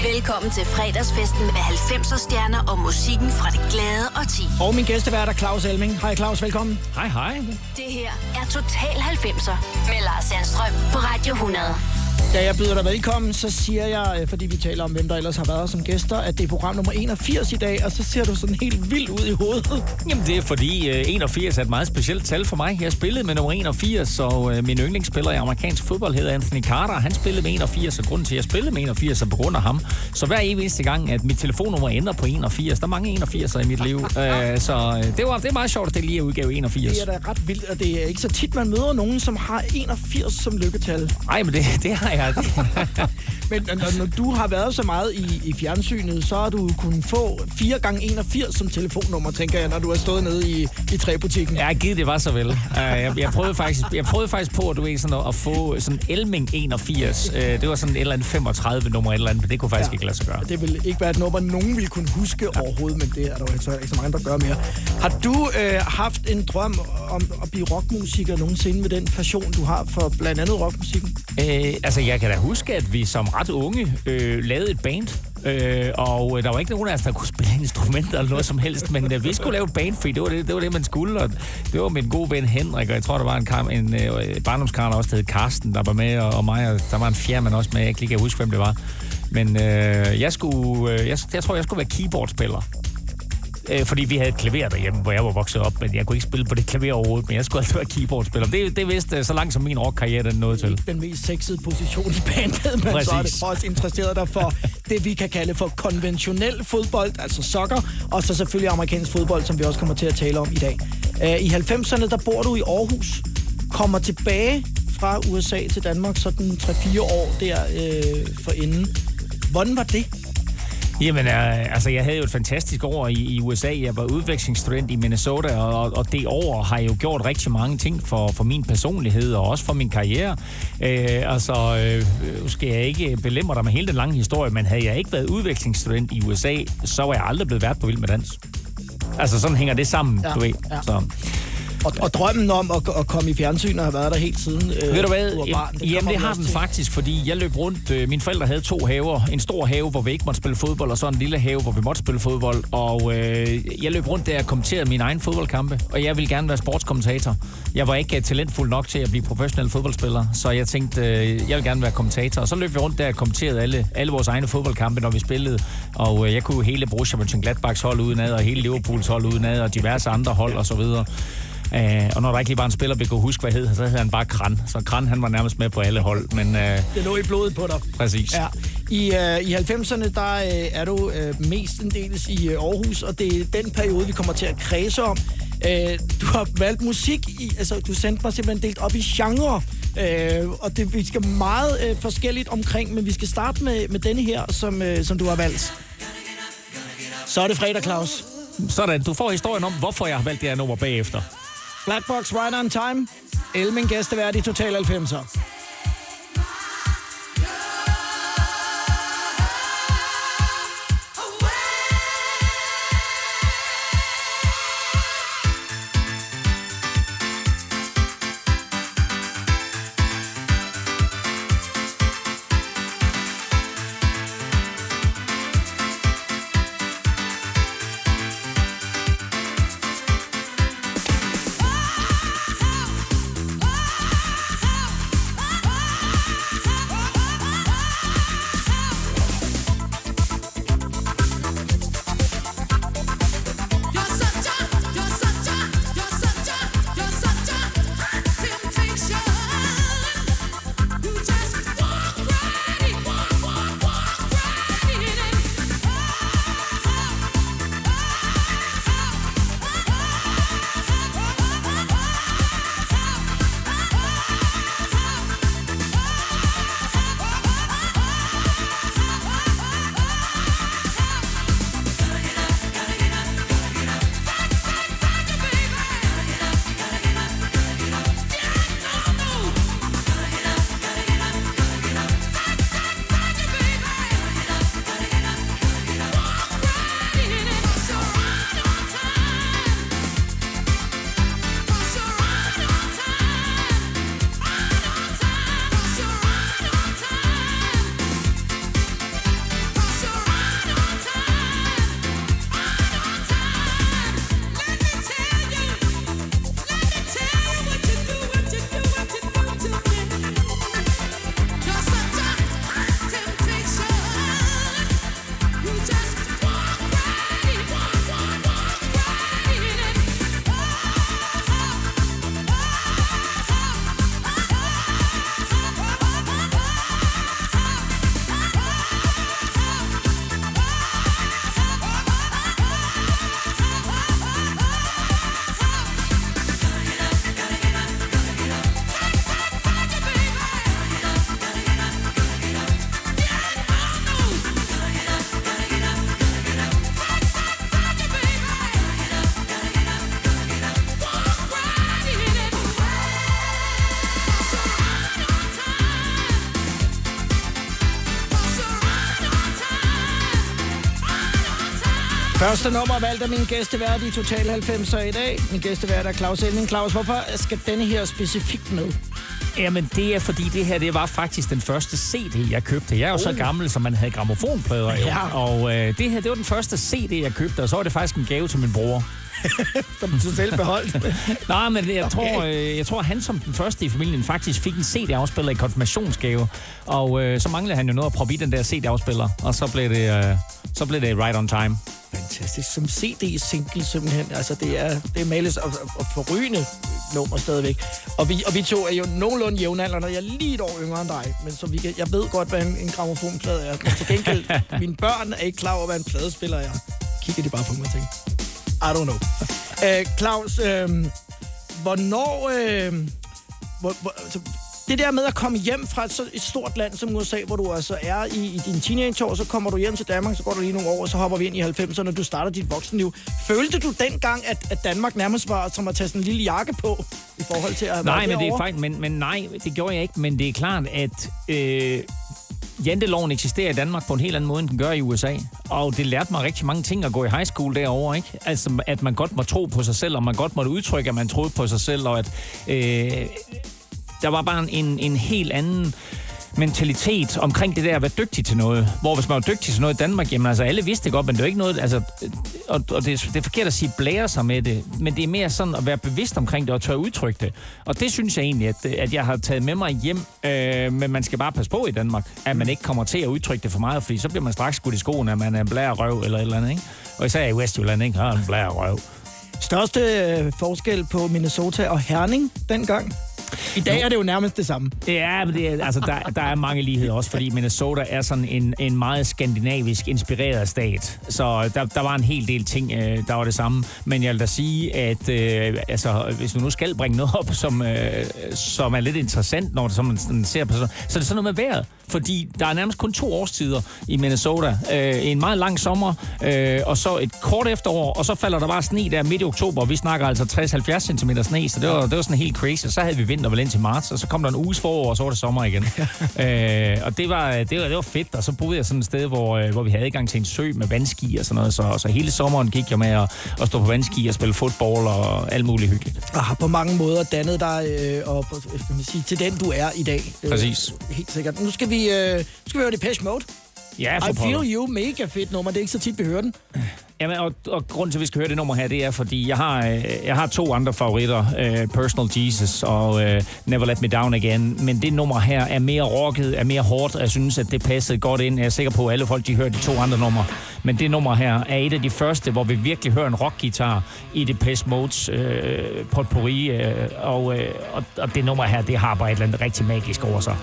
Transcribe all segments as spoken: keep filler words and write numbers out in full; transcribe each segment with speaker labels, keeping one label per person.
Speaker 1: Velkommen til fredagsfesten med halvfemser stjerner og musikken fra det glade årti.
Speaker 2: Og min gæstevært er Claus Elming. Hej Claus, velkommen.
Speaker 3: Hej hej.
Speaker 1: Det her er Total halvfemser med Lars Sandstrøm på Radio hundrede.
Speaker 2: Da jeg byder dig velkommen, så siger jeg, fordi vi taler om, hvem der ellers har været som gæster, at det er program nummer enogfirs i dag, og så ser du sådan helt vild ud i hovedet.
Speaker 3: Jamen det er fordi uh, enogfirs er et meget specielt tal for mig. Jeg spillede med nummer enogfirs, og uh, min yndlingsspiller i amerikansk fodbold hedder Anthony Carter. Han spillede med enogfirs, og grunden til, at jeg spillede med enogfirs er på grund af ham. Så hver eneste gang, at mit telefonnummer ender på enogfirs, der er mange enogfirser i mit liv. Uh, så uh, det, var, det er meget sjovt, at det lige er udgave enogfirs.
Speaker 2: Det er da ret vildt, og det er ikke så tit, man møder nogen, som har enogfirs som lykketal.
Speaker 3: Nej, men det, det har jeg.
Speaker 2: Men når, når du har været så meget i, i fjernsynet, så har du kunnet få fire gange enogfirs som telefonnummer, tænker jeg, når du har stået nede i, i træbutikken.
Speaker 3: Ja, givet det var så vel. Uh, jeg, jeg, prøvede faktisk, jeg prøvede faktisk på, at du ved, sådan at, at få sådan Elming enogfirs. Uh, det var sådan et eller andet femogtredive nummer, et eller andet, men det kunne faktisk ja, ikke lade sig gøre.
Speaker 2: Det vil ikke være et nummer, nogen ville kunne huske ja. overhovedet, men det er der jo altså ikke så mange, der gør mere. Har du øh, haft en drøm om at blive rockmusiker nogensinde med den passion, du har for blandt andet rockmusikken?
Speaker 3: Uh, altså, jeg kan da huske, at vi som ret unge øh, lavede et band, øh, og der var ikke nogen af os, der kunne spille instrumenter eller noget som helst, men øh, vi skulle lave et band, fordi det var det, det var det, man skulle, og det var min gode ven Henrik, og jeg tror, der var en, kar, en øh, barndomskarl også, der hed Karsten, der var med, og, og mig, og der var en fjerde også med, jeg kan ikke huske, hvem det var, men øh, jeg skulle, øh, jeg, jeg tror, jeg skulle være keyboardspiller. Fordi vi havde et klaver derhjemme, hvor jeg var vokset op, men jeg kunne ikke spille på det klaver overhovedet, men jeg skulle altid være keyboardspiller. Det, det vidste så langt som min rockkarriere, den nåede til.
Speaker 2: Den mest sexede position i bandet, men
Speaker 3: præcis.
Speaker 2: Så er det også interesseret dig for det, vi kan kalde for konventionel fodbold, altså soccer, og så selvfølgelig amerikansk fodbold, som vi også kommer til at tale om i dag. I halvfemserne, der bor du i Aarhus, kommer tilbage fra U S A til Danmark, sådan tre fire år der øh, forinden. Hvordan var det?
Speaker 3: Jamen, øh, altså, jeg havde jo et fantastisk år i, i U S A. Jeg var udvekslingsstudent i Minnesota, og, og det år har jeg jo gjort rigtig mange ting for, for min personlighed og også for min karriere. Øh, altså, øh, skal jeg ikke belemre dig med hele den lange historie, men havde jeg ikke været udvekslingsstudent i U S A, så var jeg aldrig blevet vært på Vild med Dans. Altså, sådan hænger det sammen, ja, du ved.
Speaker 2: Ja.
Speaker 3: Så.
Speaker 2: Og, og drømmen om at, at komme i fjernsynet har været der helt siden. Øh,
Speaker 3: Ved du hvad?
Speaker 2: Du var
Speaker 3: det Jamen, det har den til. faktisk, fordi jeg løb rundt. Øh, mine forældre havde to haver. En stor have, hvor vi ikke måtte spille fodbold, og så en lille have, hvor vi måtte spille fodbold. Og øh, jeg løb rundt der og kommenterede mine egne fodboldkampe, og jeg ville gerne være sportskommentator. Jeg var ikke talentfuld nok til at blive professionel fodboldspiller, så jeg tænkte, øh, jeg ville gerne være kommentator. Og så løb vi rundt der og kommenterede alle, alle vores egne fodboldkampe, når vi spillede. Og øh, jeg kunne hele Borussia Mönchengladbachs hold udenad, og hele Liverpools hold udenad, og diverse andre hold og så videre. Uh, og når der ikke lige var en spiller, vi kunne huske, hvad hed, så hed han bare Kran. Så Kran, han var nærmest med på alle hold. Men, uh,
Speaker 2: det lå i blodet på dig.
Speaker 3: Præcis.
Speaker 2: Ja. I, uh, I halvfemserne, der uh, er du uh, mestendels i uh, Aarhus, og det er den periode, vi kommer til at kredse om. Uh, du har valgt musik, i, altså du sendte mig simpelthen delt op i genre. Uh, og det, vi skal meget uh, forskelligt omkring, men vi skal starte med, med denne her, som, uh, som du har valgt. Så er det fredag, Claus.
Speaker 3: Sådan, du får historien om, hvorfor jeg har valgt det her nummer bagefter.
Speaker 2: Black Box Right on Time. Elming gæstevært i Total halvfemser. Første nummer valgt af min gæstevært i Total halvfemser i dag. Min gæstevært er Claus Elming. Claus, hvorfor skal denne her specifikt med?
Speaker 3: Jamen, det er fordi, det her det var faktisk den første C D, jeg købte. Jeg er jo oh. så gammel, som man havde grammofonplader. Ja. Og øh, det her, det var den første C D, jeg købte, og så var det faktisk en gave til min bror.
Speaker 2: Som du selv beholdt.
Speaker 3: Nej, men jeg, okay. tror, øh, jeg tror, han som den første i familien faktisk fik en C D-afspiller i konfirmationsgave. Og øh, så manglede han jo noget at proppe i den der C D-afspiller. Og så blev det, øh, så blev det right on time.
Speaker 2: Fantastisk. Som C D-single simpelthen. Altså, det er, det er Males og, og forrygende nummer stadigvæk. Og vi, og vi to er jo nogenlunde jævnaldrende. Jeg er lige et år yngre end dig. Men så vi kan, jeg ved godt, hvad en, en grammofonplade er. Men til gengæld, mine børn er ikke klar over, hvad en pladespiller er. Kigger de bare på mig og tænker, I don't know. Uh, Claus, uh, hvornår... Uh, hvor, hvor, altså, det der med at komme hjem fra et, så et stort land som U S A, hvor du altså er i, i dine teenageår, så kommer du hjem til Danmark, så går du lige nogle år, og så hopper vi ind i halvfemserne, og du starter dit voksenliv. Følte du dengang, at, at Danmark nærmest var som at tage sådan en lille jakke på, i forhold til at
Speaker 3: nej, men det er faktisk, men, men nej, det gjorde jeg ikke, men det er klart, at... Øh janteloven eksisterer i Danmark på en helt anden måde, end den gør i U S A. Og det lærte mig rigtig mange ting at gå i high school derovre, ikke? Altså, at man godt må tro på sig selv, og man godt måtte udtrykke, at man troede på sig selv, og at øh, der var bare en, en helt anden mentalitet omkring det der at være dygtig til noget. Hvor hvis man var dygtig til noget i Danmark, jamen altså alle vidste det godt, men det er ikke noget, altså, og, og det, det er forkert at sige blære sig med det, men det er mere sådan at være bevidst omkring det og tør udtrykke det. Og det synes jeg egentlig, at, at jeg har taget med mig hjem, øh, men man skal bare passe på i Danmark, at man ikke kommer til at udtrykke det for meget, fordi så bliver man straks skudt i skoene, at man er en blærerøv eller et eller andet, ikke? Og især i Westjylland, ikke? Har en blærerøv.
Speaker 2: Største øh, forskel på Minnesota og Herning dengang? I dag er det jo nærmest det samme.
Speaker 3: Ja, men det er, altså, der, der er mange ligheder også, fordi Minnesota er sådan en, en meget skandinavisk inspireret stat. Så der, der var en hel del ting, øh, der var det samme. Men jeg vil da sige, at øh, altså, hvis du nu skal bringe noget op, som, øh, som er lidt interessant, når det, som man ser på sådan, så er det sådan noget med vejret. Fordi der er nærmest kun to årstider i Minnesota. Øh, en meget lang sommer, øh, og så et kort efterår, og så falder der bare sne der midt i oktober. Vi snakker altså tres til halvfjerds centimeter sne, så det var, det var sådan helt crazy. Så havde vi vinter vel ind til marts, og så kom der en uges forår, og så var det sommer igen. øh, og det var, det, var, det var fedt, og så boede jeg sådan et sted, hvor, hvor vi havde adgang til en sø med vandski og sådan noget. Så, så hele sommeren gik jeg med at, at stå på vandski og spille fodbold og alt muligt hyggeligt.
Speaker 2: Og har på mange måder dannet dig øh, og, skal man sige, til den, du er i dag.
Speaker 3: Præcis.
Speaker 2: Øh, helt sikkert. Nu skal vi, øh, nu skal vi høre Depeche Mode.
Speaker 3: Ja,
Speaker 2: I Feel You, mega fedt nummer. Det er ikke så tit, vi hører den.
Speaker 3: Jamen, og, og grunden til, at vi skal høre det nummer her, det er, fordi jeg har, jeg har to andre favoritter. Uh, Personal Jesus og uh, Never Let Me Down Again. Men det nummer her er mere rocket, er mere hårdt, og jeg synes, at det passede godt ind. Jeg er sikker på, at alle folk, de hører de to andre numre. Men det nummer her er et af de første, hvor vi virkelig hører en rockguitar i Depeche Modes uh, potpourri. Uh, og, uh, og, og det nummer her, det har bare et eller andet rigtig magisk over sig.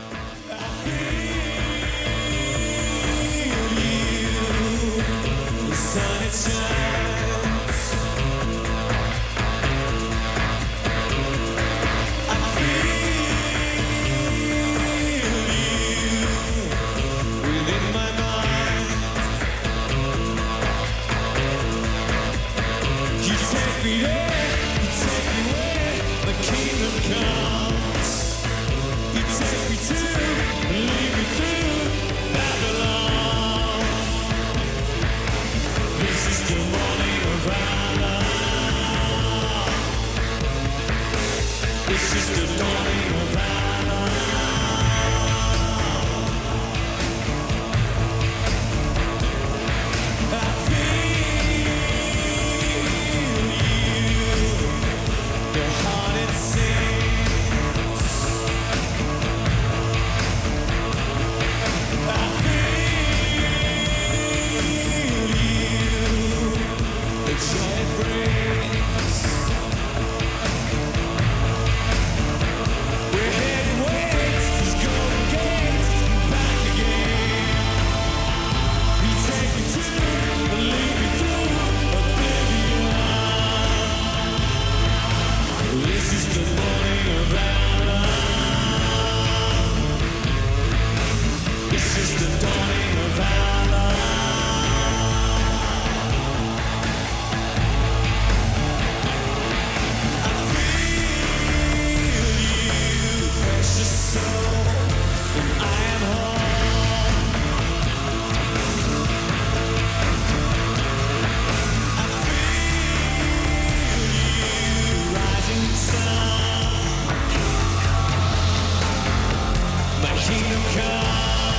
Speaker 4: kingdom come.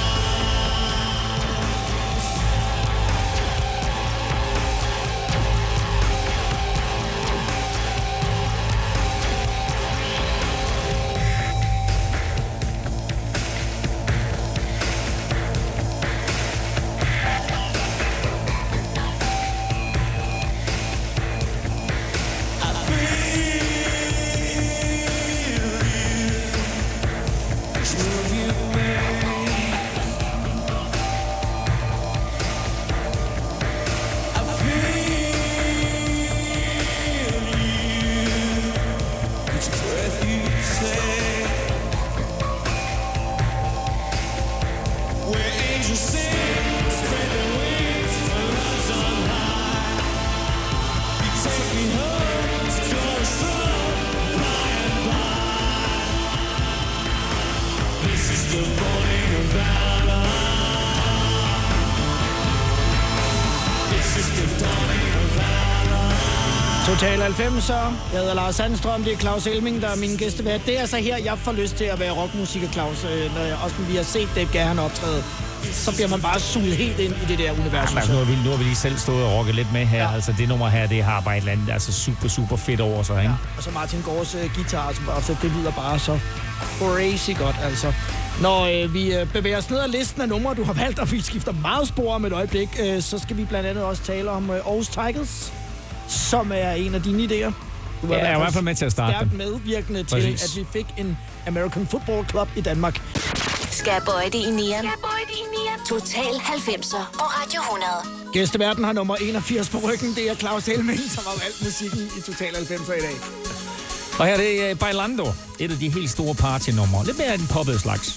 Speaker 2: Total halvfemser. Jeg hedder Lars Sandstrøm, det er Claus Elming, der er min gæstevært. Det er altså her, jeg får lyst til at være rockmusiker, Claus. Når jeg, også når vi har set Dave Gahan optræde, så bliver man bare suget helt ind i det der univers.
Speaker 3: Ja, altså, nu, har vi, nu har vi lige selv stået og rocket lidt med her. Ja. Altså det nummer her, det har bare et eller andet altså, super, super fedt over sig, ikke?
Speaker 2: Ja. Og så Martin Gårds uh, guitar, som bare, så det lyder bare så crazy godt, altså. Når øh, vi øh, bevæger os ned ad listen af numre, du har valgt, og vi skifter meget spor om et øjeblik, øh, så skal vi blandt andet også tale om øh, Aarhus Tigers, som er en af dine idéer. Du
Speaker 3: ja, jeg er i hvert fald med til at starte
Speaker 2: stærkt medvirkende til, Præcis. At vi fik en American Football Club i Danmark.
Speaker 1: Skal bøje det i nieren. Total halvfemser og Radio hundrede.
Speaker 2: Gæsteverden har nummer enogfirs på ryggen. Det er Claus Elming, som har valgt musikken i Total halvfemser i dag.
Speaker 3: Og her er det Bailando, et af de helt store partynumre. Lidt mere af den poppede slags.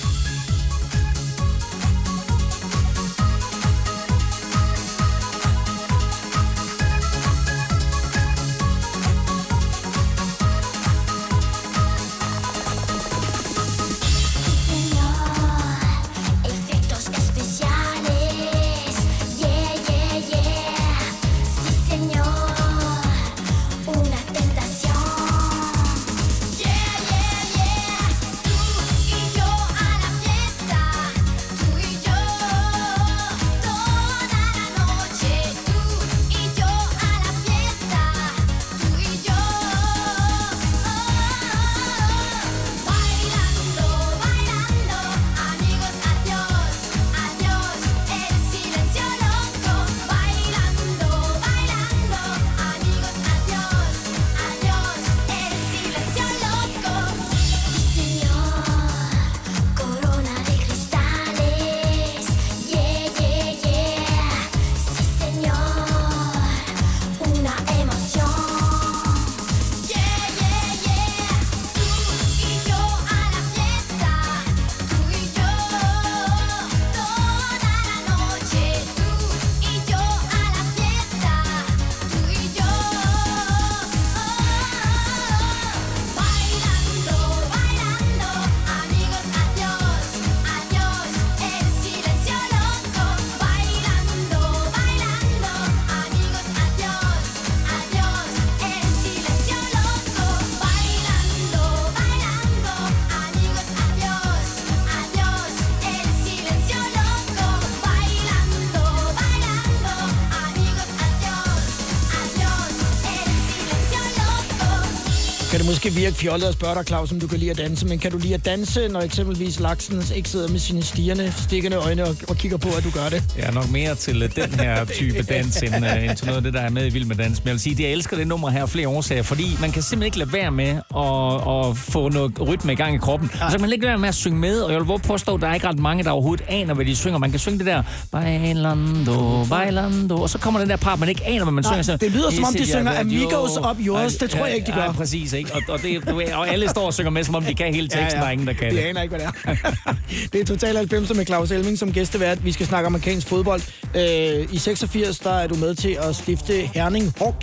Speaker 2: Kan det måske virke fjollet at spørge dig, Claus, om du kan lide at danse, men kan du lide at danse, når eksempelvis laksen ikke sidder med sine stirrende, stikkende øjne og, og kigger på, at du gør det?
Speaker 3: Jeg er nok mere til den her type dans, end, uh, end til noget af det, der er med i Vild med Dans. Men jeg vil sige, at jeg elsker det nummer her af flere årsager, fordi man kan simpelthen ikke lade være med at, at få noget rytme i gang i kroppen. Og så kan man ikke lade være med at synge med, og jeg vil våge påstå, at der er ikke ret mange, der overhovedet aner, hvad de synger. Man kan synge det der, bailando, bailando, og så kommer den der part, man ikke aner, hvad man
Speaker 2: Nej,
Speaker 3: synger.
Speaker 2: Det lyder som om, de synger Amigos Up Yours. Det tror ja, jeg ikke, de gør.
Speaker 3: Ja, præcis, ikke? Og, og, det, og alle står og synger med, som om de kan hele teksten, ja, ja. Der er ingen, der kan
Speaker 2: de
Speaker 3: det.
Speaker 2: De aner ikke, hvad det er. Det er Total halvfemser med Claus Elming som gæstevært. Vi skal snakke amerikansk fodbold. Øh, I seksogfirs, der er du med til at stifte Herning Hawks.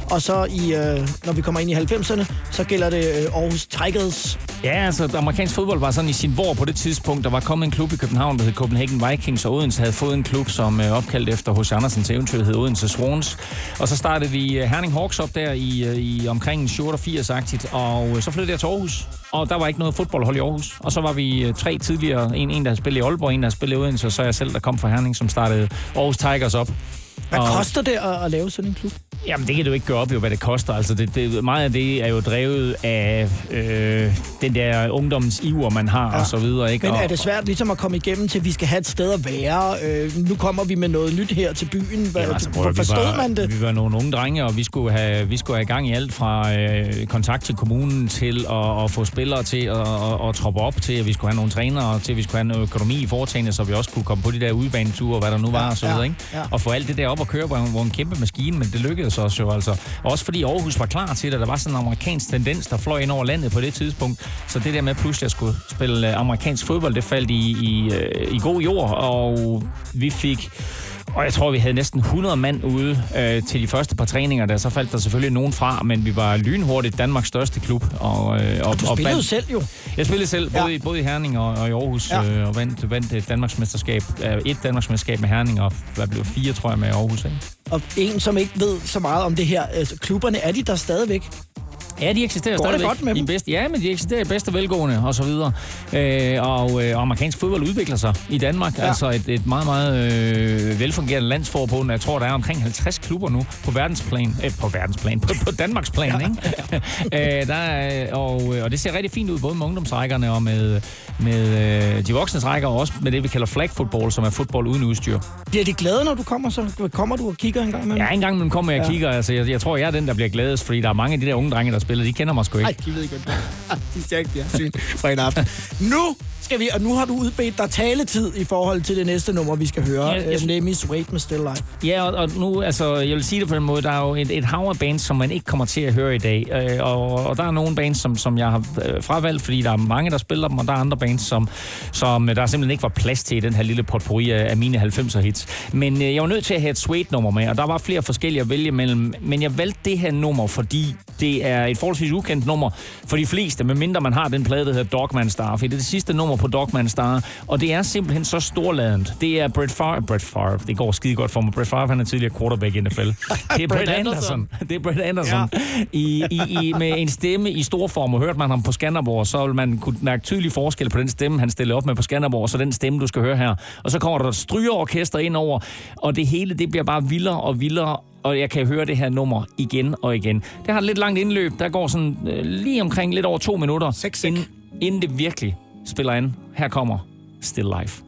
Speaker 2: og så i, øh, når vi kommer ind i halvfemserne, så gælder det øh, Aarhus Tigers.
Speaker 3: Ja, altså amerikansk fodbold var sådan i sin vor på det tidspunkt. Der var kommet en klub i København, der hed Copenhagen Vikings, og Odense havde fået en klub, som øh, opkaldt efter H C Andersens eventyr, hed Odense Swans. Og så startede vi Herning Hawks op der i, i omkring syvogfirs-agtigt, og så flyttede jeg til Aarhus. Og der var ikke noget fodboldhold i Aarhus. Og så var vi tre tidligere, en, en der havde spillet i Aalborg, en der havde spillet i Odense, og så er jeg selv, der kom fra Herning, som startede Aarhus Tigers op.
Speaker 2: Hvad
Speaker 3: og
Speaker 2: koster det at, at lave sådan en klub?
Speaker 3: Jamen, det kan du ikke gøre op, jo, hvad det koster. Altså, det, det, meget af det er jo drevet af øh, den der ungdommens iver, man har, ja. og så videre. Ikke?
Speaker 2: Men er
Speaker 3: og,
Speaker 2: det svært ligesom at komme igennem til, at vi skal have et sted at være? Øh, nu kommer vi med noget nyt her til byen. Hvad,
Speaker 3: jamen, altså,
Speaker 2: hvor forstod
Speaker 3: var,
Speaker 2: man det?
Speaker 3: Vi var nogle unge drenge, og vi skulle have, vi skulle have gang i alt fra øh, kontakt til kommunen til at, at få spillere til at, at, at troppe op, til at vi skulle have nogle trænere, til at vi skulle have noget økonomi i foretagende, så vi også kunne komme på de der udebaneture, hvad der nu var, ja, og så videre. Ikke? Ja. Og få alt det der op og køre, hvor en, hvor en kæmpe maskine, men det lykkedes også jo altså. Også fordi Aarhus var klar til det. Der var sådan en amerikansk tendens, der fløj ind over landet på det tidspunkt. Så det der med pludselig at skulle spille amerikansk fodbold, det faldt i, i, i god jord, og vi fik... Og jeg tror, vi havde næsten hundrede mand ude øh, til de første par træninger, der så faldt der selvfølgelig nogen fra, men vi var lynhurtigt Danmarks største klub. Og, øh, og,
Speaker 2: og du spillede
Speaker 3: og
Speaker 2: jo selv jo.
Speaker 3: Jeg spillede selv, både,
Speaker 2: ja.
Speaker 3: både i Herning og, og i Aarhus, ja. øh, og vandt, vandt et Danmarksmesterskab. Øh, et Danmarksmesterskab med Herning, og hvad blev fire, tror jeg, med Aarhus. Ikke?
Speaker 2: Og en, som ikke ved så meget om det her, altså, klubberne, er de der stadigvæk?
Speaker 3: Ja, de eksisterer
Speaker 2: stadigvæk.
Speaker 3: Går
Speaker 2: det godt med dem?
Speaker 3: Bedste, ja, men de eksisterer i bedste velgående og så videre. Øh, og, øh, og amerikansk fodbold udvikler sig i Danmark. Ja. Altså et, et meget, meget øh, velfungerende landsforbund. Jeg tror, der er omkring halvtreds klubber nu på verdensplan. Øh, på verdensplan. På, på Danmarks plan, ja. Ikke? øh, der er, og, og det ser rigtig fint ud, både med ungdomsrækkerne og med, med øh, de voksnes rækker, og også med det, vi kalder flag football, som er fodbold uden udstyr.
Speaker 2: Bliver de glade, når du kommer? Så kommer du og kigger en gang med?
Speaker 3: Ja, en gang imellem kommer jeg og kigger. Altså, jeg, jeg tror, jeg er den, der bliver gladest, fordi der er mange af de der unge drenge, der spiller. De kender mig sgu ikke.
Speaker 2: Nej, de ved ikke, hvad de ser ikke fjernsyn fra en aften. Nu skal vi, og nu har du udbedt dig taletid i forhold til det næste nummer, vi skal høre. Ja, jeg... nemlig Suede med Still Life.
Speaker 3: Ja, og, og nu, altså, jeg vil sige det på den måde, der er jo et, et hav af bands, som man ikke kommer til at høre i dag. Øh, og, og der er nogle bands, som, som jeg har øh, fravalgt, fordi der er mange, der spiller dem, og der er andre bands, som, som der simpelthen ikke var plads til i den her lille potpourri af, af mine halvfemser hits. Men øh, jeg var nødt til at have et Suede-nummer med, og der var flere forskellige at vælge mellem. Men jeg valgte det her nummer, fordi det er et forholdsvis ukendt nummer for de fleste, medmindre man har den plade, der hedder Dogman Star. For det er det sidste nummer på Dogman Star, og det er simpelthen så storladent. Det er Brett Favre. Brett Favre. Det går skide godt for mig. Brett Favre, han er tidligere quarterback i N F L. Det er Brett Anderson. Det er Brett Anderson. Ja. I, i, i, med en stemme i stor form, og hørte man ham på Skanderborg, så vil man kunne mærke tydelig forskel på den stemme, han stillede op med på Skanderborg, og så den stemme, du skal høre her. Og så kommer der et strygeorkester ind over, og det hele, det bliver bare vildere og vildere, og jeg kan høre det her nummer igen og igen. Det har et lidt langt indløb. Der går sådan øh, lige omkring lidt over to minutter, inden, inden det virkelig spiller an. Her kommer Still Life.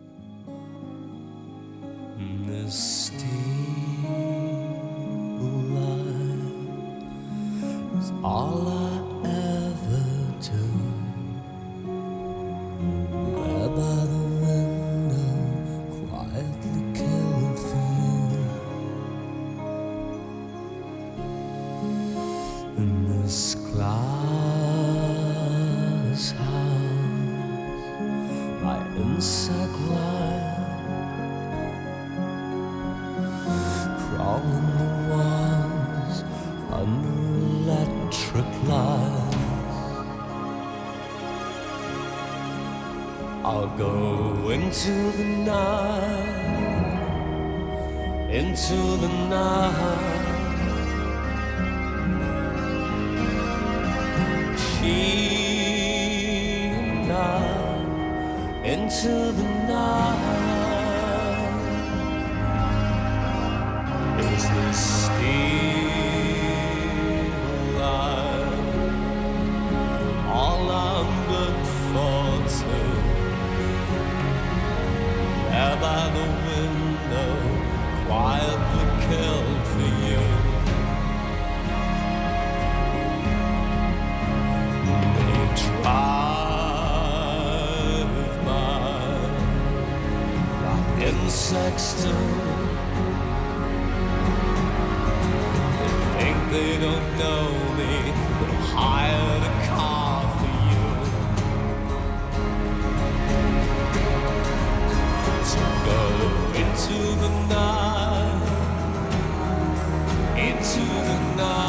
Speaker 3: The still life is all I ever do. There by the window, quietly killed for you. In this glass house, my insect life, crawling the walls under electric lights. I'll go into the night, into the night. She and I, into the night. Is this still life all I'm good for too? There by the window, quietly killed for you. They drive by like insects do. They don't know me, but I'll hire a car for you to go into the night, into the night.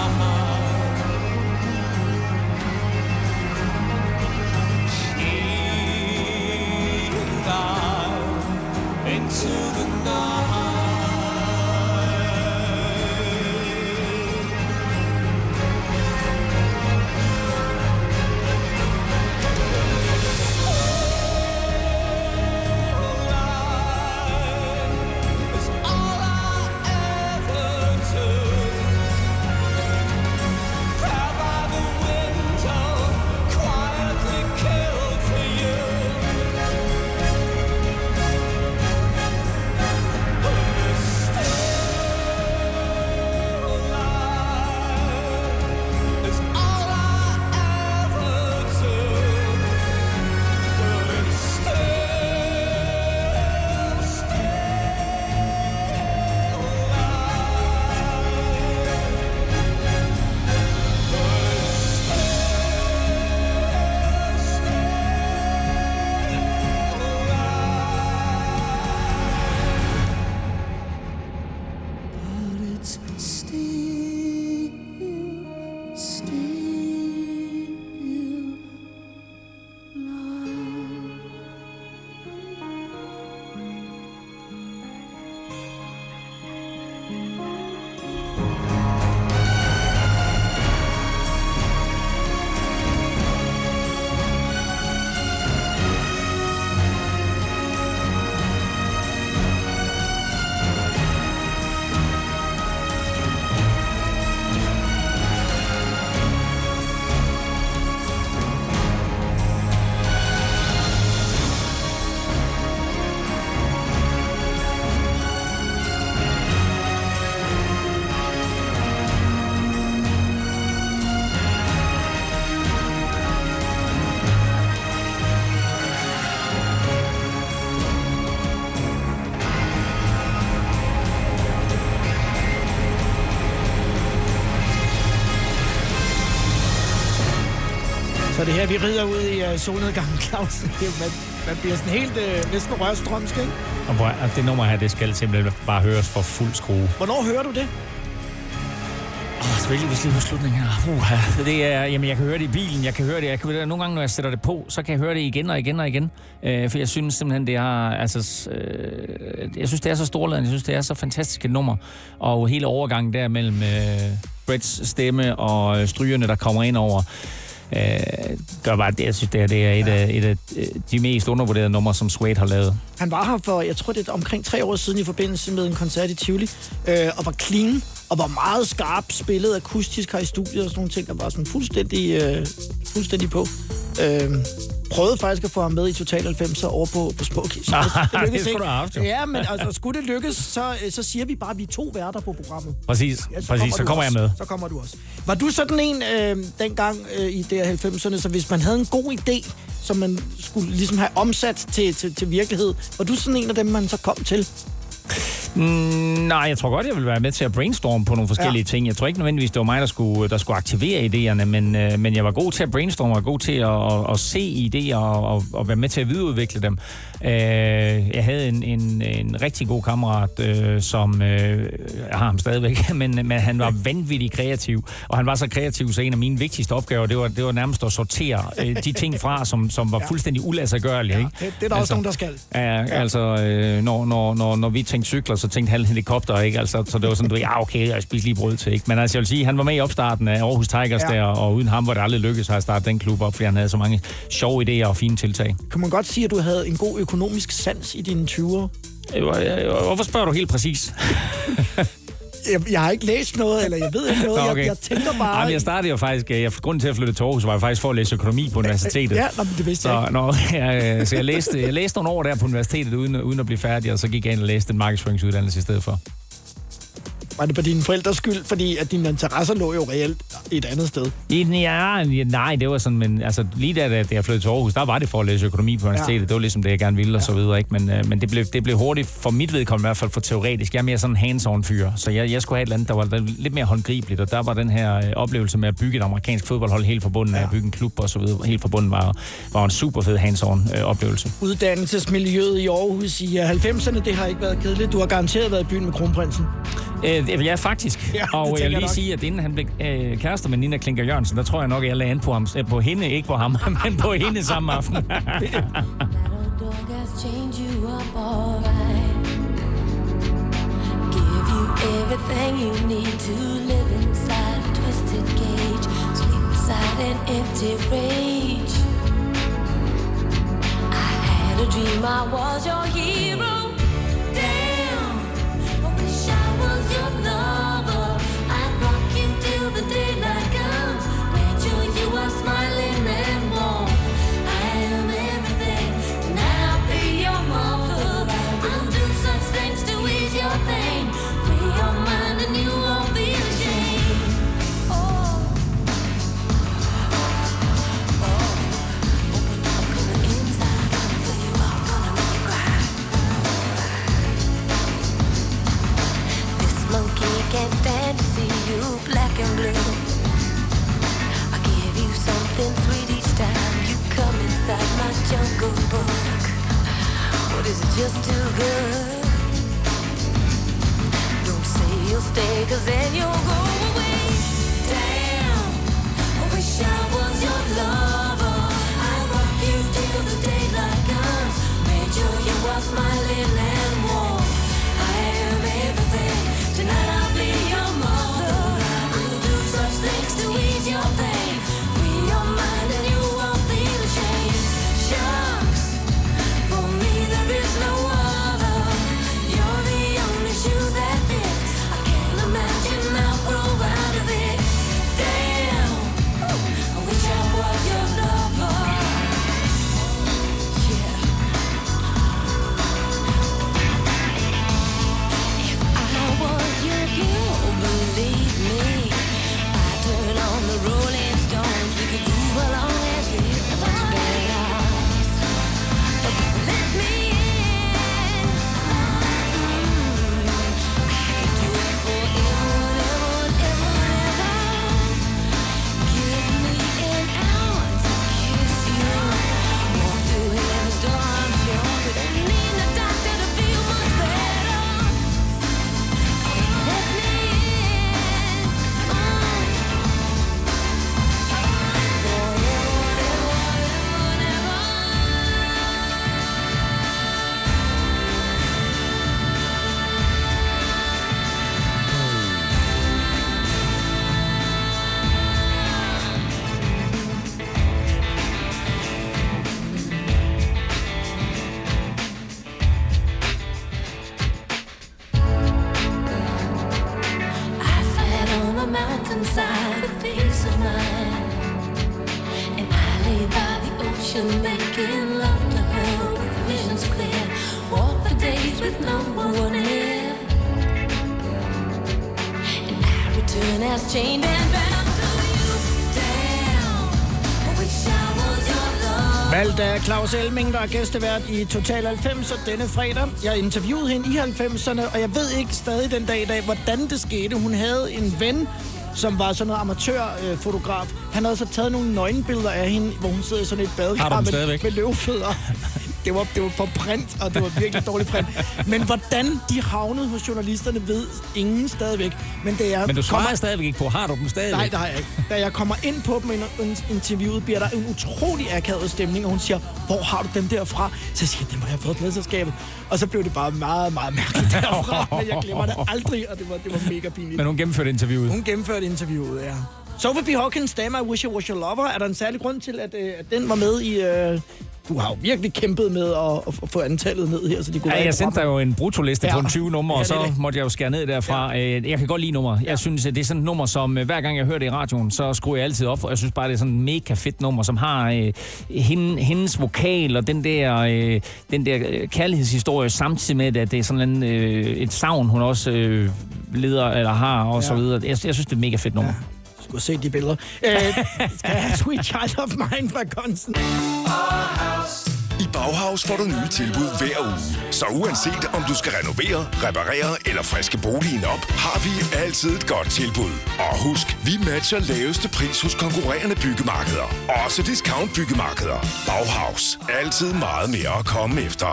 Speaker 2: Så det her, vi rider ud i uh, solnedgangen, Claus. Man, man bliver sådan helt uh, næsten rørstrømsk, ikke?
Speaker 3: Og hvor, det nummer her, det skal simpelthen bare høres for fuld skrue.
Speaker 2: Hvornår hører du det?
Speaker 3: Åh, oh, selvfølgelig, hvis lige slutningen her. Uh, det er, jamen, jeg kan høre det i bilen, jeg kan høre det, jeg kan, nogle gange, når jeg sætter det på, så kan jeg høre det igen og igen og igen. Uh, for jeg synes simpelthen, det er, altså, uh, jeg synes, det er så storladende, jeg synes, det er så fantastisk et nummer. Og hele overgangen der mellem uh, Bretts stemme og strygerne, der kommer ind over, uh, gør bare det, jeg synes, det er, det er et, af, et af de mest undervurderede numre, som Suede har lavet.
Speaker 2: Han var her for, jeg tror, det er omkring tre år siden i forbindelse med en koncert i Tivoli, øh, og var clean, og var meget skarp, spillet akustisk her i studiet og sådan nogle ting, der var sådan fuldstændig, øh, fuldstændig på. Øh, prøvede faktisk at få ham med i Total halvfemser over på, på Smokey.
Speaker 3: Det, det skulle du have haft, jo.
Speaker 2: Ja, men altså, skulle det lykkes, så, så siger vi bare, at vi er to værter på programmet.
Speaker 3: Præcis,
Speaker 2: ja, så
Speaker 3: præcis.
Speaker 2: kommer
Speaker 3: så kommer
Speaker 2: også.
Speaker 3: jeg med.
Speaker 2: Så kommer du også. Var du sådan en øh, dengang øh, i de her halvfemserne, så hvis man havde en god idé, som man skulle ligesom have omsat til, til, til virkelighed, var du sådan en af dem, man så kom til?
Speaker 3: Mm, nej, jeg tror godt, jeg vil være med til at brainstorme på nogle forskellige ja. ting. Jeg tror ikke nødvendigvis, det var mig, der skulle, der skulle aktivere idéerne, men, øh, men jeg var god til at brainstorme, og god til at, at, at se idéer og, og, og være med til at videreudvikle dem. Øh, jeg havde en, en, en rigtig god kammerat, øh, som øh, jeg har ham stadigvæk, men, men han var vanvittigt kreativ, og han var så kreativ, så en af mine vigtigste opgaver, det var, det var nærmest at sortere øh, de ting fra, som, som var ja. fuldstændig uladsiggørlige.
Speaker 2: Ja, det, det er der altså, også nogen, der skal.
Speaker 3: Ja, ja. altså, øh, når, når, når, når vi tænkte cykler, så tænkte han helikopter, ikke? Altså, så det var sådan, du ja, okay, jeg spiser lige brød til, ikke? Men altså, jeg vil sige, han var med i opstarten af Aarhus Tigers ja. der, og uden ham var det aldrig lykkedes at starte den klub op, fordi han havde så mange sjove idéer og fine tiltag.
Speaker 2: Kan man godt sige, at du havde en god økonomisk sans i dine tyvere?
Speaker 3: Hvorfor spørger du helt præcis?
Speaker 2: Jeg, jeg har ikke læst noget, eller jeg ved ikke noget. Okay. Jeg, jeg tænker bare...
Speaker 3: Jamen, jeg startede jo faktisk... Jeg, grunden til at flytte til Aarhus var jo faktisk for at læse økonomi på universitetet.
Speaker 2: Ja, nå, det vidste jeg
Speaker 3: så, nå, jeg, så jeg læste, jeg læste nogle år der på universitetet, uden, uden at blive færdig, og så gik jeg ind og læste en markedsføringsuddannelse i stedet for.
Speaker 2: Var det på dine forældres skyld, fordi at dine interesser lå jo reelt et andet sted?
Speaker 3: Ja, nej, det var sådan, men altså lige da, da jeg flyttede til Aarhus, der var det for at læse økonomi på universitetet. Ja. Det var ligesom det, jeg gerne ville, og så videre, ikke? Men, men det, blev, det blev hurtigt, for mit vedkommende i hvert fald for teoretisk. Jeg er mere sådan en hands-on fyr, så jeg, jeg skulle have et eller andet, der var lidt mere håndgribeligt, og der var den her øh, oplevelse med at bygge et amerikansk fodboldhold helt forbundet, ja. at bygge en klub og så videre, helt forbundet var, var en super fed hands-on øh, oplevelse. Uddannelsesmiljøet
Speaker 2: i Aarhus i halvfemserne, det har ikke været kedeligt. Du har garanteret været i byen med Kronprinsen.
Speaker 3: Øh, ja, faktisk. Ja, og jeg vil lige sige, at inden han blev øh, kærester med Nina Klinker Jørgensen, der tror jeg nok, at jeg lagde an på, ham, på hende, ikke på ham, men på hende samme aften. Everything you need to live inside a twisted cage, sleep inside an empty rage. I had a dream I was your hero. Damn, I wish I was your lover. I'd rock you till the daylight comes. Made sure you are smiling and warm. I am everything. Tonight I'll be your mother. I'll do such things to ease your pain. Your mind and you won't feel ashamed. Oh, oh, open up, coming inside, gonna fill you up, gonna make you cry. This monkey can't stand to see you black and blue. I give you something sweet each time you come inside my jungle book. What is it just too good? You'll stay, cause then you'll go away. Damn, I wish I was your lover. I rock you till the daylight comes. Made sure you are smiling and warm. I am everything. Tonight I'll be your mother. I'll do such things to ease your pain. Free your mind and you won't feel ashamed. Shucks, for me there is no other. You're the only shoe that fits. Imagine now.
Speaker 4: has chained and bound to you. Damn, I wish I was your love.
Speaker 2: Valgt af Claus Elming, der er gæstevært i Total halvfems denne fredag. Jeg interviewede hende i halvfemserne, og jeg ved ikke stadig den dag i dag, hvordan det skete. Hun havde en ven, som var sådan noget amatørfotograf. Han havde så taget nogle nøgenbilleder af hende, hvor hun sidder i sådan et badekar med, med løvfødder. Det var, det var på print, og det var virkelig dårligt print. Men hvordan de havnede hos journalisterne, ved ingen stadigvæk. Men, det er,
Speaker 3: Men du svarer
Speaker 2: kommer...
Speaker 3: stadigvæk ikke på, har du dem stadigvæk?
Speaker 2: Nej, det har jeg ikke. Da jeg kommer ind på dem i interviewet, bliver der en utrolig akavet stemning, og hun siger, hvor har du dem derfra? Så jeg siger, dem har jeg fået pladselskabet. Og så blev det bare meget, meget mærkeligt derfra, men jeg glemmer det aldrig, og det var, det var mega pinligt.
Speaker 3: Men hun gennemførte interviewet?
Speaker 2: Hun gennemførte interviewet, ja. Sophie B. Hawkins, Damn, I Wish I Was Your Lover. Er der en særlig grund til, at, at den var med i... Øh... Du har jo virkelig kæmpet med at, at få antallet ned her, så de kunne...
Speaker 3: Ja, jeg sendte dig jo en brutoliste ja. på en tyve numre, ja, og så måtte jeg jo skære ned derfra. Ja. Jeg kan godt lide nummer. Jeg ja. synes, at det er sådan et nummer, som hver gang jeg hører det i radioen, så skruer jeg altid op, og jeg synes bare, det er sådan et mega fedt nummer, som har øh, hende, hendes vokal og den der, øh, den der kærlighedshistorie, samtidig med, at det er sådan en, øh, et savn, hun også øh, leder eller har, og ja. så videre. Jeg, jeg synes, det er et mega fedt nummer. Ja.
Speaker 2: Du har set de billeder. Æh, skal jeg have Sweet Child of Mine fra Gunsen?
Speaker 5: I Bauhaus får du nye tilbud hver uge. Så uanset om du skal renovere, reparere eller friske boligen op, har vi altid et godt tilbud. Og husk, vi matcher laveste pris hos konkurrerende byggemarkeder. Også discount byggemarkeder. Bauhaus. Altid meget mere at komme efter.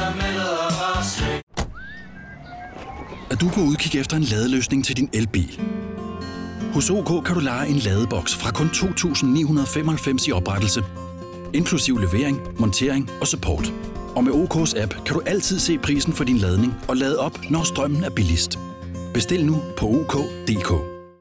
Speaker 6: Er du på udkig efter en ladeløsning til din elbil? Hos OK kan du leje en ladeboks fra kun to tusind ni hundrede femoghalvfems i oprettelse, inklusiv levering, montering og support. Og med O K's app kan du altid se prisen for din ladning og lade op, når strømmen er billigst. Bestil nu på O K punktum D K.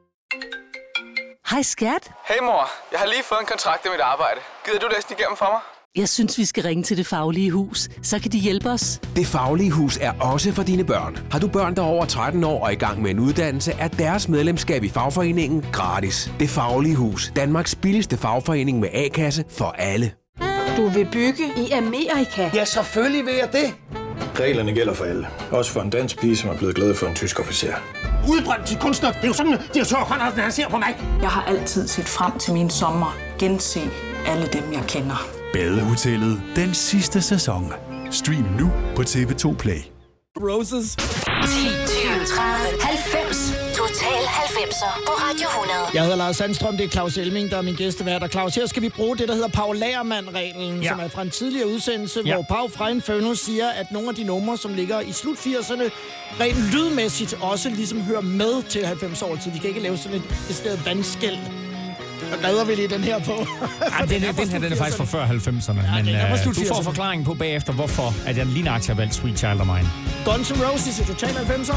Speaker 7: Hej skat.
Speaker 8: Hey mor, jeg har lige fået en kontrakt i mit arbejde. Gider du læse den igennem for mig?
Speaker 7: Jeg synes, vi skal ringe til Det Faglige Hus. Så kan de hjælpe os.
Speaker 9: Det Faglige Hus er også for dine børn. Har du børn, der er over tretten år og i gang med en uddannelse, er deres medlemskab i fagforeningen gratis. Det Faglige Hus. Danmarks billigste fagforening med A-kasse for alle.
Speaker 10: Du vil bygge i Amerika?
Speaker 11: Ja, selvfølgelig vil jeg det. Reglerne gælder for alle. Også for en dansk pige, som er blevet glad for en tysk officer.
Speaker 12: Udbrændt til kunstner. Det er jo sådan, at direktør Conradsen, han ser på mig.
Speaker 13: Jeg har altid set frem til min sommer. Gense alle dem, jeg kender.
Speaker 14: Badehotellet. Den sidste sæson. Stream nu på T V to Play.
Speaker 2: Roses.
Speaker 1: ti, tyve, tredive, halvfems. Total halvfemser på Radio hundrede.
Speaker 2: Jeg hedder Lars Sandstrøm, det er Claus Elming, der er min gæstevært. Og Claus, her skal vi bruge det, der hedder Pau Lagermand-reglen, ja. som er fra en tidligere udsendelse, ja. hvor Pau fra Inferno siger, at nogle af de numre, som ligger i slut firserne, rent lydmæssigt også ligesom hører med til halvfems år. Så vi kan ikke lave sådan et, et sted vandskæld. Og redder vi lige den her på.
Speaker 3: Ja, den, den, den her den er faktisk fra før halvfemserne. Ja, men uh, du får forklaringen på bagefter, hvorfor at jeg lige nøjagtigt har valgt Sweet Child of Mine.
Speaker 2: Guns N' Roses i Total halvfemser.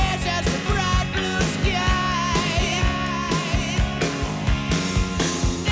Speaker 4: Now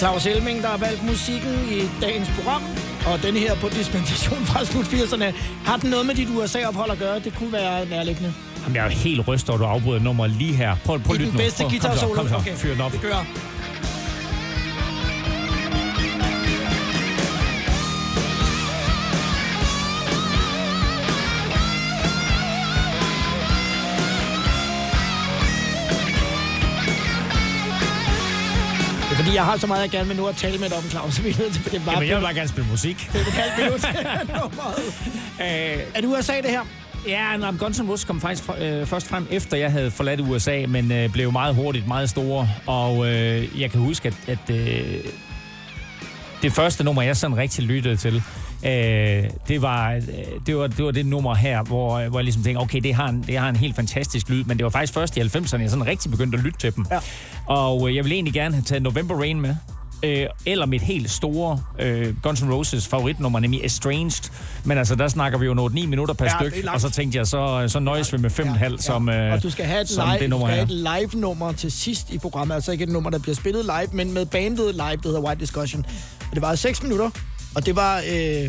Speaker 2: Claus Elming, der har valgt musikken i dagens program, og denne her på dispensation fra slut firserne. Har den noget med dit U S A-ophold at gøre? Det kunne være nærliggende.
Speaker 3: Jamen, jeg er jo helt rystet, og du afbryder nummer lige her. Prøv, prøv at lytte nu.
Speaker 2: Det er den bedste guitar-solo.
Speaker 3: Kom så,
Speaker 2: okay.
Speaker 3: Fyr den op.
Speaker 2: Det gør. Fordi jeg har så meget, jeg gerne vil nu at tale med dig om, Claus. Så vi er nødt til, det bare
Speaker 3: Jamen, jeg vil bare gerne spille musik.
Speaker 2: Det er et halvt minut. Er det U S A, det her?
Speaker 3: Ja, no, Guns N' Roses kom faktisk fra, øh, først frem, efter jeg havde forladt U S A, men øh, blev meget hurtigt, meget store. Og øh, jeg kan huske, at, at øh, det første nummer, jeg sådan rigtig lyttede til, øh, det, var, øh, det, var, det var det nummer her, hvor, hvor jeg ligesom tænkte, okay, det har, en, det har en helt fantastisk lyd, men det var faktisk først i halvfemserne, jeg sådan rigtig begyndte at lytte til dem. Ja. Og øh, jeg ville egentlig gerne have taget November Rain med. Øh, eller mit helt store øh, Guns N' Roses favoritnummer, nemlig Estranged. Men altså, der snakker vi jo noget ni minutter per ja, styk, og så tænkte jeg, så, så nøjes vi med fem komma fem, ja, ja. som, øh,
Speaker 2: og du skal have et live, det nummer, du skal have et live-nummer til sidst i programmet, altså ikke et nummer, der bliver spillet live, men med bandet live, det hedder White Discussion. Og det var seks minutter, og det var, øh,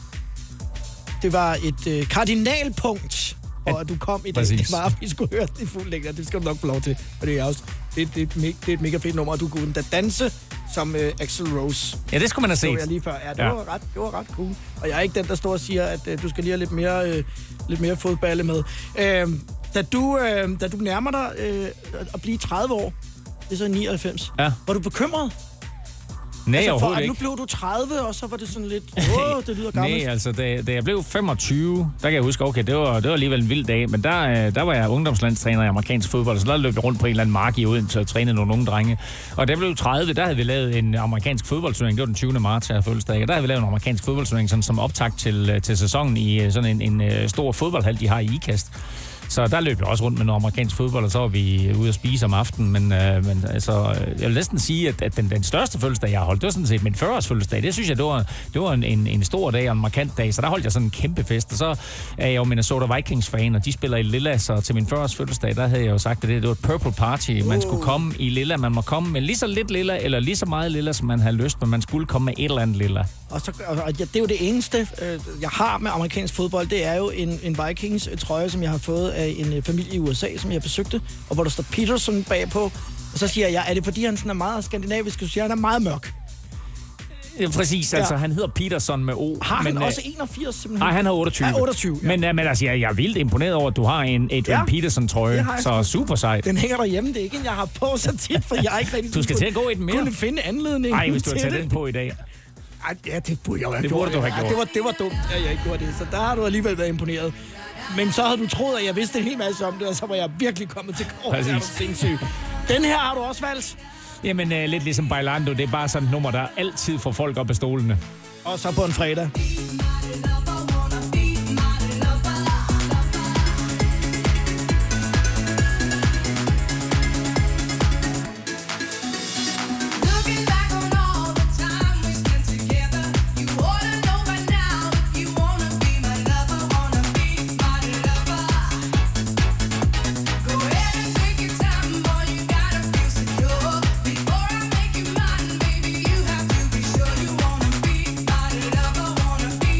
Speaker 2: det var et øh, kardinalpunkt, og du kom i dag. Det var, at vi skulle høre det fuldt længere. Det skal du nok få lov til, og det er også det, det, det, det er et mega fedt nummer, og du kunne da danse som øh, Axl Rose.
Speaker 3: Ja, det skulle man have set.
Speaker 2: Jeg lige før. Ja, det,
Speaker 3: ja.
Speaker 2: Var ret, det var ret cool. Og jeg er ikke den, der står og siger, at øh, du skal lige have lidt mere, øh, lidt mere fodballe med. Øh, da, du, øh, da du nærmer dig øh, at blive tredive år, det er så nioghalvfems,
Speaker 3: ja.
Speaker 2: Var du bekymret?
Speaker 3: Nej,
Speaker 2: altså,
Speaker 3: overhovedet
Speaker 2: for,
Speaker 3: ikke.
Speaker 2: Nu blev du tredive, og så var det sådan lidt, åh, det lyder gammelt.
Speaker 3: Nej, altså, da, da jeg blev femogtyve, der kan jeg huske, okay, det var, det var alligevel en vild dag, men der, der var jeg ungdomslandstræner i amerikansk fodbold, så der løb jeg rundt på en eller anden mark i Odense og trænede nogle unge drenge. Og da jeg blev tredive, der havde vi lavet en amerikansk fodboldturnering, det var den tyvende marts, jeg havde fødselsdag, og der havde vi lavet en amerikansk fodboldturnering sådan, som optakt til, til sæsonen i sådan en, en stor fodboldhal, de har i Ikast. Så der løb jeg også rundt med noget amerikansk fodbold, og så var vi ude at spise om aftenen. Men, øh, men altså, jeg vil næsten sige, at, at den, den største fødselsdag, jeg har holdt, det var sådan set min fyrre-års fødselsdag. Det synes jeg, det var, det var en, en, en stor dag og en markant dag, så der holdt jeg sådan en kæmpe fest. Og så er jeg jo Minnesota Vikings-fan, og de spiller i Lilla, så til min fyrre-års fødselsdag, der havde jeg jo sagt, at det, det var et purple party. Man uh. skulle komme i Lilla, man må komme med lige så lidt Lilla, eller lige så meget Lilla, som man havde lyst, men man skulle komme med et eller andet Lilla.
Speaker 2: Og, så, og ja, det er jo det eneste, jeg har med amerikansk fodbold, det er jo en, en Vikings-trøje, som jeg har fået af en familie i U S A, som jeg besøgte, og hvor der står Peterson bagpå. Og så siger jeg, er det fordi han sådan er meget skandinavisk? Så siger han er meget mørk.
Speaker 3: Ja, præcis, altså ja. Han hedder Peterson med O.
Speaker 2: Har han
Speaker 3: men,
Speaker 2: også enogfirs simpelthen?
Speaker 3: Nej, han har otteogtyve.
Speaker 2: Ja, otteogtyve, ja.
Speaker 3: Men, men altså, jeg, jeg er vildt imponeret over, at du har en Adrian ja, Peterson-trøje, så super sejt.
Speaker 2: Den hænger derhjemme, det er ikke en, jeg har på så tit, for jeg er ikke rigtig...
Speaker 3: Du skal til at gå i den mere.
Speaker 2: Kunne finde anledning.
Speaker 3: Nej, hvis du har taget den på i dag.
Speaker 2: Ej, ja, det burde jeg jo have
Speaker 3: Det burde du have gjort.
Speaker 2: Ja, det, var, det var dumt, at jeg ikke gjorde det. Så der har du alligevel været imponeret. Men så havde du troet, at jeg vidste en hel masse om det, og så var jeg virkelig kommet til kort.
Speaker 3: Præcis.
Speaker 2: Er du sindssyg. Den her har du også valgt.
Speaker 3: Jamen, uh, lidt ligesom Bailando. Det er bare sådan et nummer, der altid får folk op af stolene.
Speaker 2: Og så på en fredag.
Speaker 4: Wanna be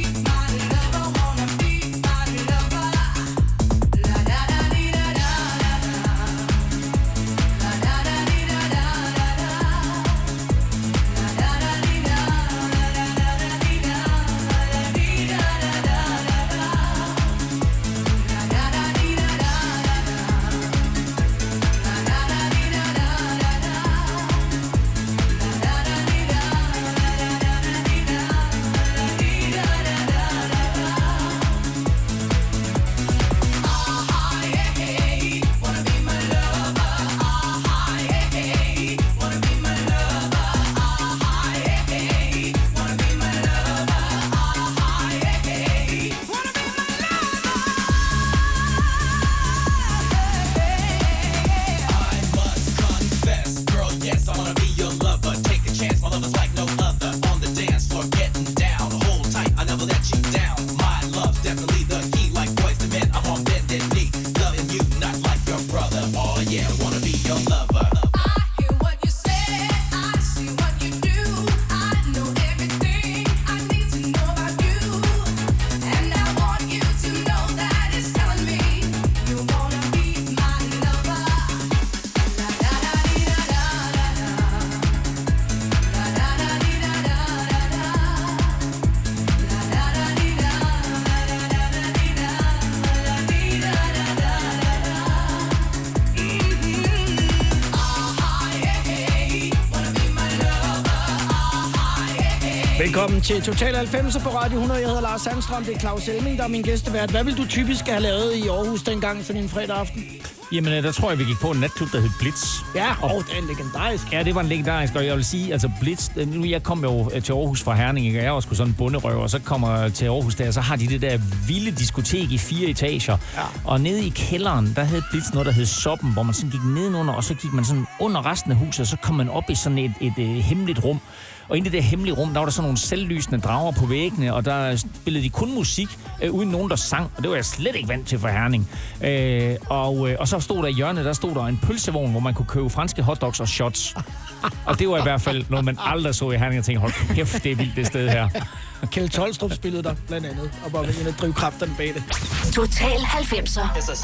Speaker 2: Velkommen til Total halvfemser på Radio hundrede. Jeg hedder Lars Sandstrøm, det er Claus Elming, der er min gæstevært. Hvad vil du typisk have lavet i Aarhus dengang sådan en fredag aften?
Speaker 3: Jamen, der tror jeg, vi gik på en natklub, der hed Blitz.
Speaker 2: Ja, og oh, det er en legendarisk.
Speaker 3: Ja, det var en legendarisk, og jeg vil sige, altså Blitz, nu jeg kom jo til Aarhus fra Herning, ikke? Jeg var sgu sådan en bunderøver, og så kommer jeg til Aarhus der, og så har de det der vilde diskotek i fire etager. Ja. Og nede i kælderen, der havde Blitz noget, der hed Soppen, hvor man sådan gik nedenunder, og så gik man sådan under resten af huset, og så kom man op i sådan et, et, et, et hemmeligt rum. Og inde i det hemmelige rum, der var der sådan nogle selvlysende drager på væggene, og der spillede de kun musik, øh, uden nogen, der sang. Og det var jeg slet ikke vant til for Herning. Øh, og, øh, og så stod der i hjørnet, der stod der en pølsevogn, hvor man kunne købe franske hotdogs og shots. Og det var i hvert fald noget, man aldrig så i Herning. Jeg tænkte, hold kæft, det er vildt det sted her.
Speaker 2: Kjeld Tolstrup spillede der blandt andet, og var en af drivkræfterne bag det.
Speaker 1: Total halvfemser.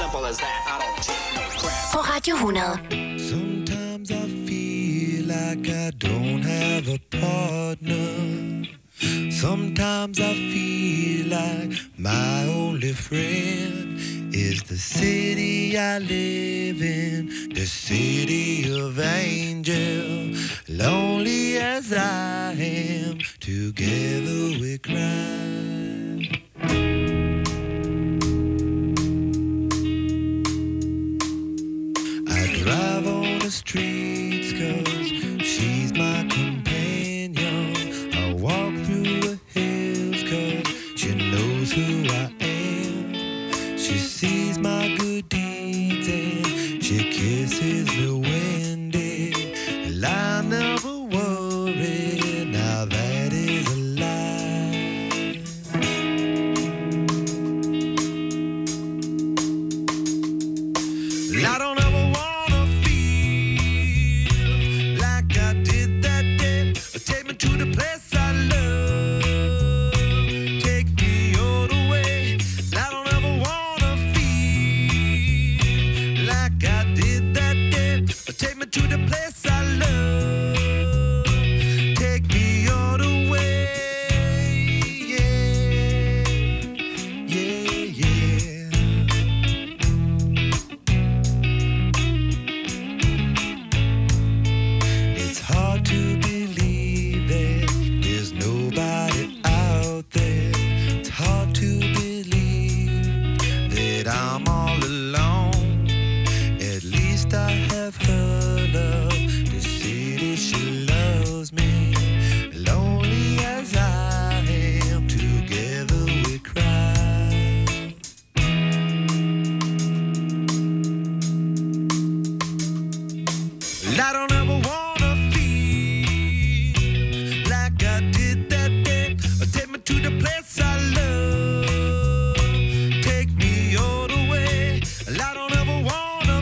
Speaker 1: På Radio hundrede.
Speaker 15: Sometimes I feel like I don't have a partner. Sometimes I feel like my only friend is the city I live in, the city of angels. Lonely as I am, together we cry. I drive on the streets 'cause she's my companion. I walk through the hills 'cause she knows who I am. She sees my good deeds and she kisses me windy. And I never worry, now that is a lie. I don't ever wanna feel like I did that day. Take me to the place I love. Take me all the way. I don't ever wanna feel like I did that day. Take me to the place I love. Take me all the way. Yeah, yeah, yeah. It's hard to believe that there's nobody out there. It's hard to believe that I'm all alone. At least I have her love. The city, she loves me. Lonely as I am, together we cry. I don't ever wanna feel like I did that day. Take me to the place I love. Take me all the way. I don't ever wanna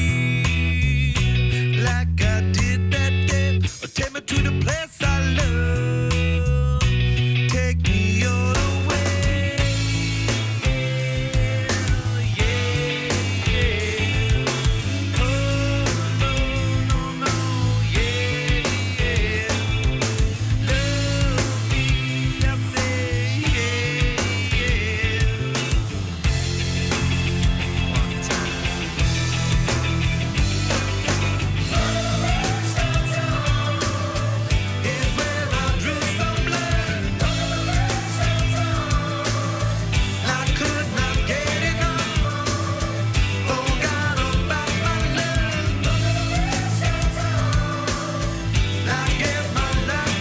Speaker 15: feel like I did that day. Take me to the place I love. Take me all the way. Yeah, yeah. Oh, no, no, no. Yeah, yeah. Love me, I say, yeah, yeah. One time. Is when I drew some blood. I could not get enough. Forgot about my love. I gave my life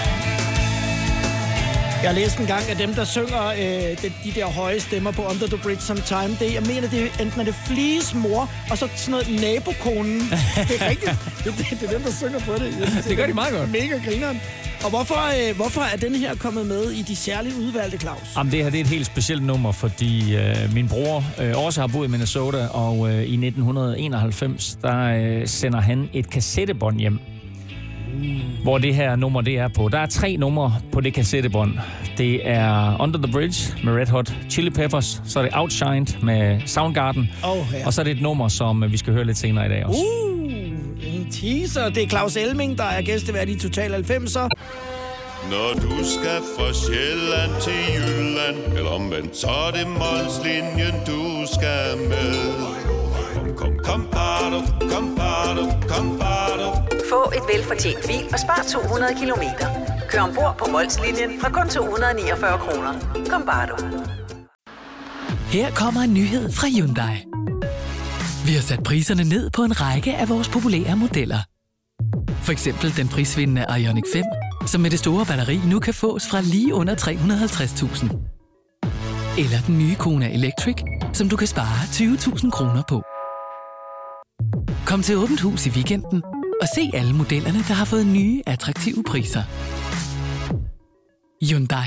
Speaker 15: away.
Speaker 2: Jeg læste en gang, at dem, der synger øh, de, de der høje stemmer på Under the Bridge Sometime, det, jeg mener, det er enten er det Flies mor, og så sådan noget nabokonen. Det er rigtigt. Det, det, det er dem, der synger på det. Jeg synes,
Speaker 3: Det gør de meget godt.
Speaker 2: Mega grineren. Og hvorfor, øh, hvorfor er den her kommet med i de særligt udvalgte, Claus?
Speaker 3: Jamen, det her det er et helt specielt nummer, fordi øh, min bror øh, også har boet i Minnesota, og øh, i nitten enoghalvfems, der øh, sender han et kassettebånd hjem, mm. hvor det her nummer det er på. Der er tre numre på det kassettebånd. Det er Under the Bridge med Red Hot Chili Peppers, så er det Outshined med Soundgarden,
Speaker 2: oh, ja.
Speaker 3: og så er det et nummer, som øh, vi skal høre lidt senere i dag også.
Speaker 2: Uh, en teaser. Det er Claus Elming, der er gæstevært i Total halvfemser.
Speaker 16: Når du skal fra Sjælland til Jylland, eller omvendt, så er det Molslinjen, du skal med. Kom, kom, kom, bado, kom, bado, kom, bado.
Speaker 17: Få et velfortjent bil og spar to hundrede kilometer. Kør ombord på Molslinjen fra kun to hundrede niogfyrre kroner. Kom bare du.
Speaker 18: Her kommer en nyhed fra Hyundai. Vi har sat priserne ned på en række af vores populære modeller. For eksempel den prisvindende Ioniq fem, som med det store batteri nu kan fås fra lige under tre hundrede og halvtreds tusind. Eller den nye Kona Electric, som du kan spare tyve tusind kroner på. Kom til Åbent Hus i weekenden og se alle modellerne, der har fået nye, attraktive priser. Hyundai.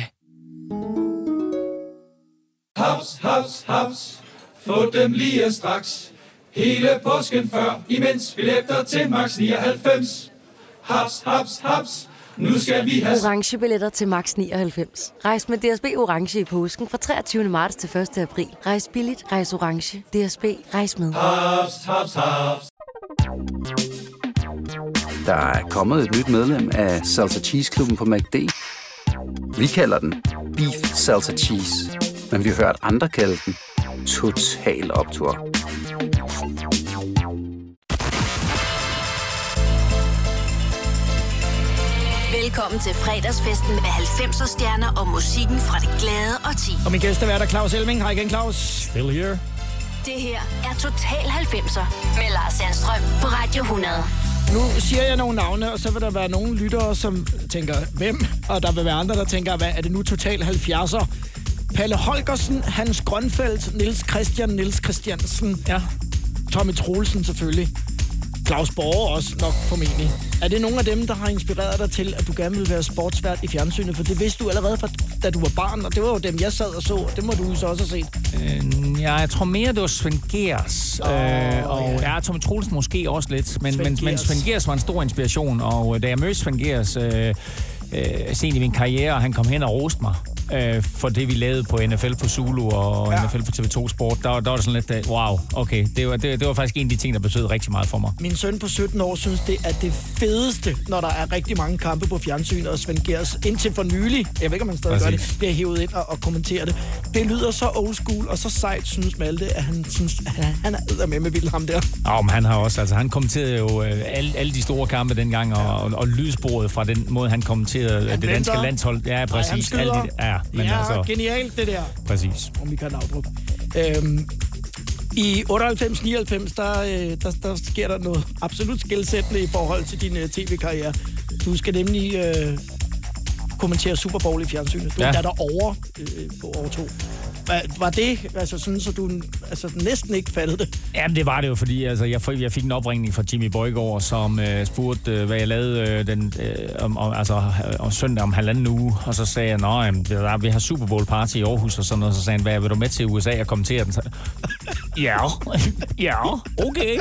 Speaker 19: Haps, haps, haps. Få dem lige straks. Hele påsken før, imens billetter til max nioghalvfems. Haps, haps, haps. Nu skal vi have
Speaker 20: orange billetter til max nioghalvfems. Rejs med D S B orange i påsken fra treogtyvende marts til første april. Rejs billigt, rejs orange. D S B, rejs med.
Speaker 19: haps, haps, haps.
Speaker 21: Der er kommet et nyt medlem af Salsa Cheese Klubben på McD. Vi kalder den Beef Salsa Cheese, men vi har hørt andre kalde den Total Optur.
Speaker 1: Velkommen til fredagsfesten med halvfemser stjerner og musikken fra det glade årti.
Speaker 2: Og min gæst er værter Claus Elming. Hej igen, Claus.
Speaker 3: Still here.
Speaker 1: Det her er Total halvfemser med Lars Sandstrøm på Radio hundrede.
Speaker 2: Nu siger jeg nogle navne, og så vil der være nogle lyttere, som tænker, hvem? Og der vil være andre, der tænker, hvad er det nu Total halvfjerdser? Palle Holgersen, Hans Grønfeldt, Niels Christian, Niels Christiansen, ja. Tommy Troelsen selvfølgelig. Claus Borge også nok formentlig. Er det nogle af dem, der har inspireret dig til, at du gerne vil være sportsvært i fjernsynet? For det vidste du allerede, fra, da du var barn, og det var jo dem, jeg sad og så. Det må du så også have set.
Speaker 3: Øh, ja, jeg tror mere, det var Svend Gers. Oh, øh, og ja, Tommy Troelsen måske også lidt. Men Svend, men, men Svend Gers var en stor inspiration, og da jeg mødte Svend Gers øh, øh, sent i min karriere, og han kom hen og roste mig, øh, for det, vi lavede på N F L på Zulu og ja. N F L på T V to Sport, der, der var det sådan lidt, wow, okay, det var, det, det var faktisk en af de ting, der betød rigtig meget for mig.
Speaker 2: Min søn på sytten år synes, det er det fedeste, når der er rigtig mange kampe på fjernsynet, og Svend Gers indtil for nylig, jeg ved ikke, om man stadig Præcis. gør det, bliver hævet ind og, og kommenterer det. Det lyder så old school, og så sejt, synes Malte, at han synes, at han, han er med med vild ham der.
Speaker 3: Ja, men han har også, altså han kommenterede jo øh, alle, alle de store kampe dengang, og, ja. og, og lydsporet fra den måde, han kommenterede han det danske landshold. Ja, præcis.
Speaker 2: Ej,
Speaker 3: alle de, ja, men
Speaker 2: ja,
Speaker 3: altså,
Speaker 2: genialt det der.
Speaker 3: Præcis.
Speaker 2: Og Michael Laudrup. Øhm, I otteoghalvfems nioghalvfems, der, der, der sker der noget absolut skelsættende i forhold til din uh, tv-karriere. Du skal nemlig øh, kommentere Super Bowl i fjernsynet. Du ja. er der over øh, på år to. Var det altså sådan, så du altså, næsten ikke fattede det?
Speaker 3: Jamen, det var det jo, fordi altså, jeg, jeg fik en opringning fra Jimmy Bøjgaard, som øh, spurgte, øh, hvad jeg lavede øh, den, øh, om, om, altså, om søndag om halvanden uge. Og så sagde jeg, nå, jamen, der, vi har Super Bowl party i Aarhus og sådan noget. Så sagde han, hvad, vil du med til U S A og kommentere den? Så, ja, ja, okay.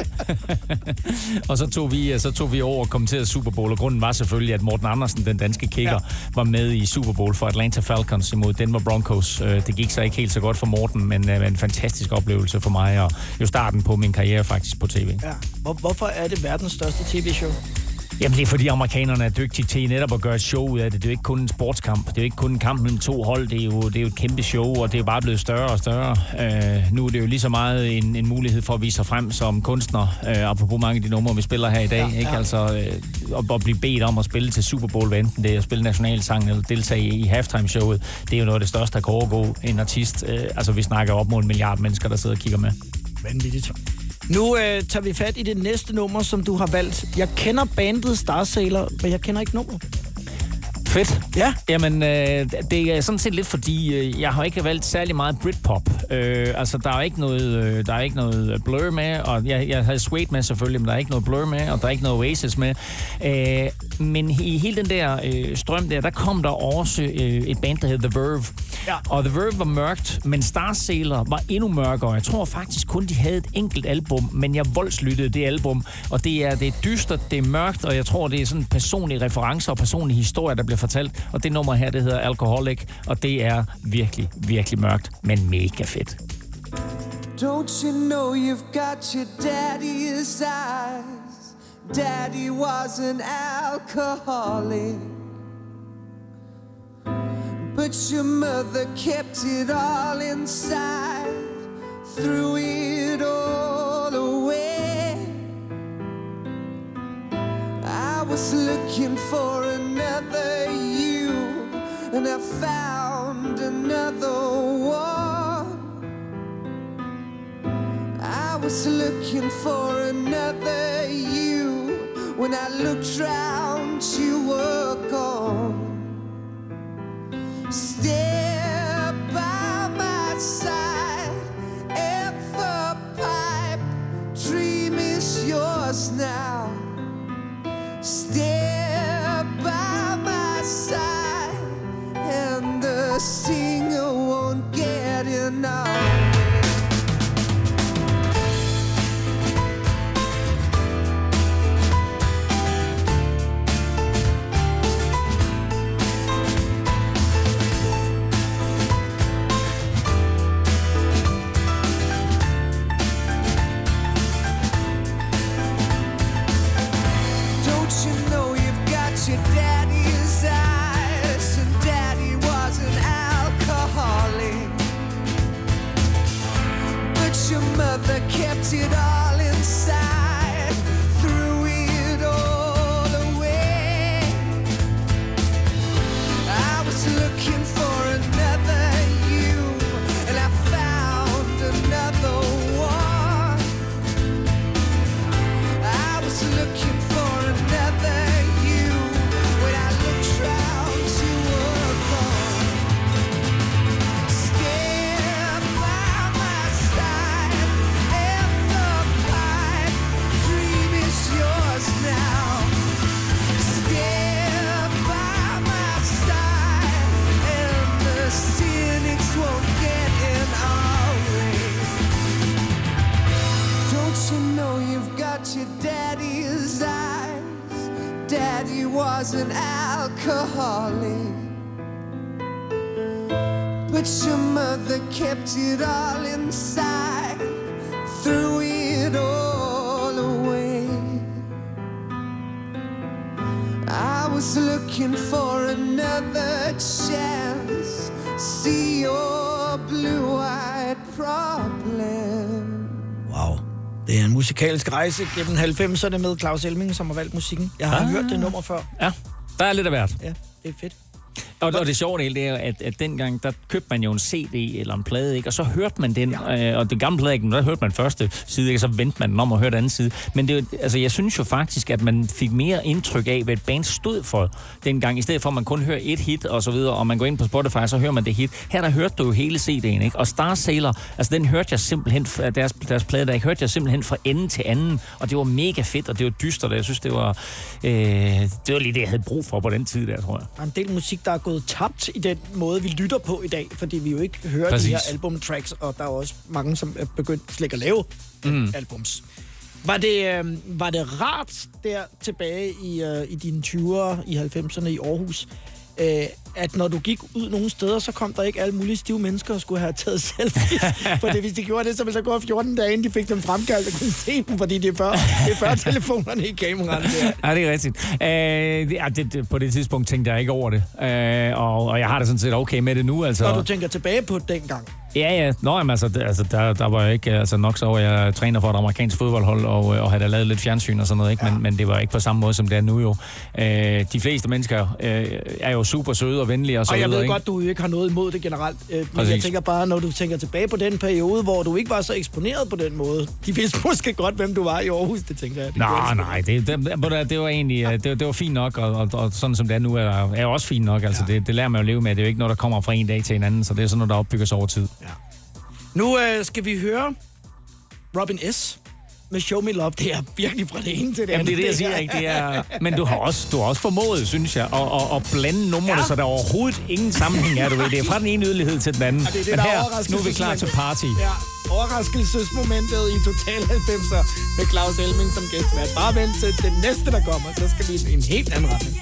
Speaker 3: Og så tog, vi, så tog vi over og kommenterede Super Bowl, og grunden var selvfølgelig, at Morten Andersen, den danske kicker, ja. var med i Super Bowl for Atlanta Falcons imod Denver Broncos. Det gik så ikke helt så godt for Morten, men uh, en fantastisk oplevelse for mig, og jo starten på min karriere faktisk på tv.
Speaker 2: Ja. Hvor, hvorfor er det verdens største tv-show?
Speaker 3: Jamen, det er fordi amerikanerne er dygtige til netop at gøre et show ud af det. Det er jo ikke kun en sportskamp. Det er jo ikke kun en kamp mellem to hold. Det er jo, det er jo et kæmpe show, og det er jo bare blevet større og større. Uh, nu er det jo lige så meget en, en mulighed for at vise sig frem som kunstner, uh, apropos mange af de numre, vi spiller her i dag. Ja, ikke? Ja. Altså, uh, at, at blive bedt om at spille til Super Bowl, enten det er at spille nationalsangen eller deltage i, i halftime-showet, det er jo noget af det største, der kan overgå en artist. Uh, altså, vi snakker op mod en milliard mennesker, der sidder og kigger med.
Speaker 2: Vanvittigt. Nu øh, tager vi fat i det næste nummer, som du har valgt. Jeg kender bandet Star Sailor, men jeg kender ikke nummeret.
Speaker 3: Fedt.
Speaker 2: Ja.
Speaker 3: Jamen, øh, det er sådan set lidt fordi, øh, jeg har ikke valgt særlig meget Britpop. Øh, altså, der er ikke noget, øh, der er ikke noget Blur med, og jeg, jeg havde Suede med selvfølgelig, men der er ikke noget Blur med, og der er ikke noget Oasis med. Øh, men i hele den der øh, strøm der, der kom der også øh, et band, der hed The Verve. Ja. Og The Verve var mørkt, men Star Sailor var endnu mørkere. Jeg tror faktisk kun, de havde et enkelt album, men jeg voldslyttede det album, og det er, det er dystert, det er mørkt, og jeg tror, det er sådan personlige referencer og personlige historier, der bliver fortalt. Og det nummer her, det hedder Alcoholic, og det er virkelig, virkelig mørkt, men mega fedt.
Speaker 15: Don't you know you've got your daddy's eyes? Daddy was an alcoholic, but your mother kept it all inside, threw it all away. I was looking for another you,
Speaker 5: found another one. I was looking for another you. When I looked round, you were gone. Stay by my side, ever pipe, dream is yours now. Stay by my side, and the singer won't get enough. Your daddy's eyes, and daddy was an alcoholic, but your mother kept it all inside, threw it all away. I was looking for another you, and I found another one. I was looking for another your daddy's eyes. Daddy was an alcoholic, but your mother kept it all inside, threw it all away. I was looking for another chance, see your blue-eyed problem.
Speaker 2: Wow. Det er en musikalsk rejse gennem halvfemserne med Claus Elming, som har valgt musikken. Jeg har ah. hørt det nummer før.
Speaker 3: Ja, der er lidt af hvert.
Speaker 2: Ja, det er fedt.
Speaker 3: Og, og det sjove det er, at, at dengang, der købte man jo en C D eller en plade, ikke? Og så hørte man den, ja. øh, og den gamle plade, ikke? Der hørte man første side, ikke? Og så vendte man den om og hørte anden side. Men det, altså, jeg synes jo faktisk, at man fik mere indtryk af, hvad et band stod for dengang, i stedet for, at man kun hører et hit og så videre, og man går ind på Spotify, så hører man det hit. Her der hørte du jo hele C D'en, ikke? Og Star Sailor, altså den hørte jeg simpelthen, deres, deres plade, der hørte jeg simpelthen fra ende til anden, og det var mega fedt, og det var dystert, og jeg synes, det var, øh, det var lige det, jeg havde brug for på den tid der, tror jeg.
Speaker 2: Der er en del musik, der er gået tabt i den måde, vi lytter på i dag, fordi vi jo ikke hører Præcis. de her albumtracks, og der er også mange, som er begyndt slet ikke at lave mm. albums. Var det, øh, var det rart der tilbage i, øh, i dine tyvere, i halvfemserne i Aarhus, øh, at når du gik ud nogle steder, så kom der ikke alle mulige stive mennesker og skulle have taget selfies? Fordi hvis de gjorde det, så ville der gå fjorten dage, inden de fik dem fremkaldt og kunne se dem, fordi det er før, det er før telefonerne i kameraen. Der.
Speaker 3: Ja, det er rigtigt. Øh, ja, det, det, på det tidspunkt tænkte jeg ikke over det. Øh, og, og jeg har det sådan set okay med det nu. Altså.
Speaker 2: Når du tænker tilbage på dengang?
Speaker 3: Ja, ja. Nå, jamen, altså, det, altså der, der var jeg ikke altså, nok så over, jeg træner for et amerikansk fodboldhold, og, og havde lavet lidt fjernsyn og sådan noget, ikke? Ja. Men, men det var ikke på samme måde, som det er nu jo. Øh, de fleste mennesker øh, er jo super søde og venlige og så
Speaker 2: og jeg
Speaker 3: videre,
Speaker 2: ved
Speaker 3: ikke?
Speaker 2: godt, du ikke har noget imod det generelt. Øh, men Præcis. Jeg tænker bare, når du tænker tilbage på den periode, hvor du ikke var så eksponeret på den måde. De vidste måske godt, hvem du var i Aarhus, det tænker jeg. Det
Speaker 3: nej, nej, det, det, det var egentlig det, det var fint nok, og, og, og sådan som det er nu, er, er også fint nok. Altså, ja. det, det lærer man jo at leve med. Det er jo ikke noget, der kommer fra en dag til en anden, så det er sådan noget, der opbygger sig over tid.
Speaker 2: Ja. Nu øh, skal vi høre Robin S. med Show Me Love. Det er virkelig fra det ene til det andet.
Speaker 3: Jamen, det er det, jeg siger, ikke? Det er... Men du har også, du har også formået, synes jeg, at, at, at blande numrene, ja. Så der overhovedet ingen sammenhæng er, du ved. Det er fra den ene yderlighed til den anden.
Speaker 2: Ja, det er det,
Speaker 3: men
Speaker 2: der
Speaker 3: her, nu er vi klar til party.
Speaker 2: Ja, overraskelsesmomentet i Total halvfemser med Claus Elming som gæstvært. Bare vent til det næste, der kommer, så skal vi i en helt anden retning.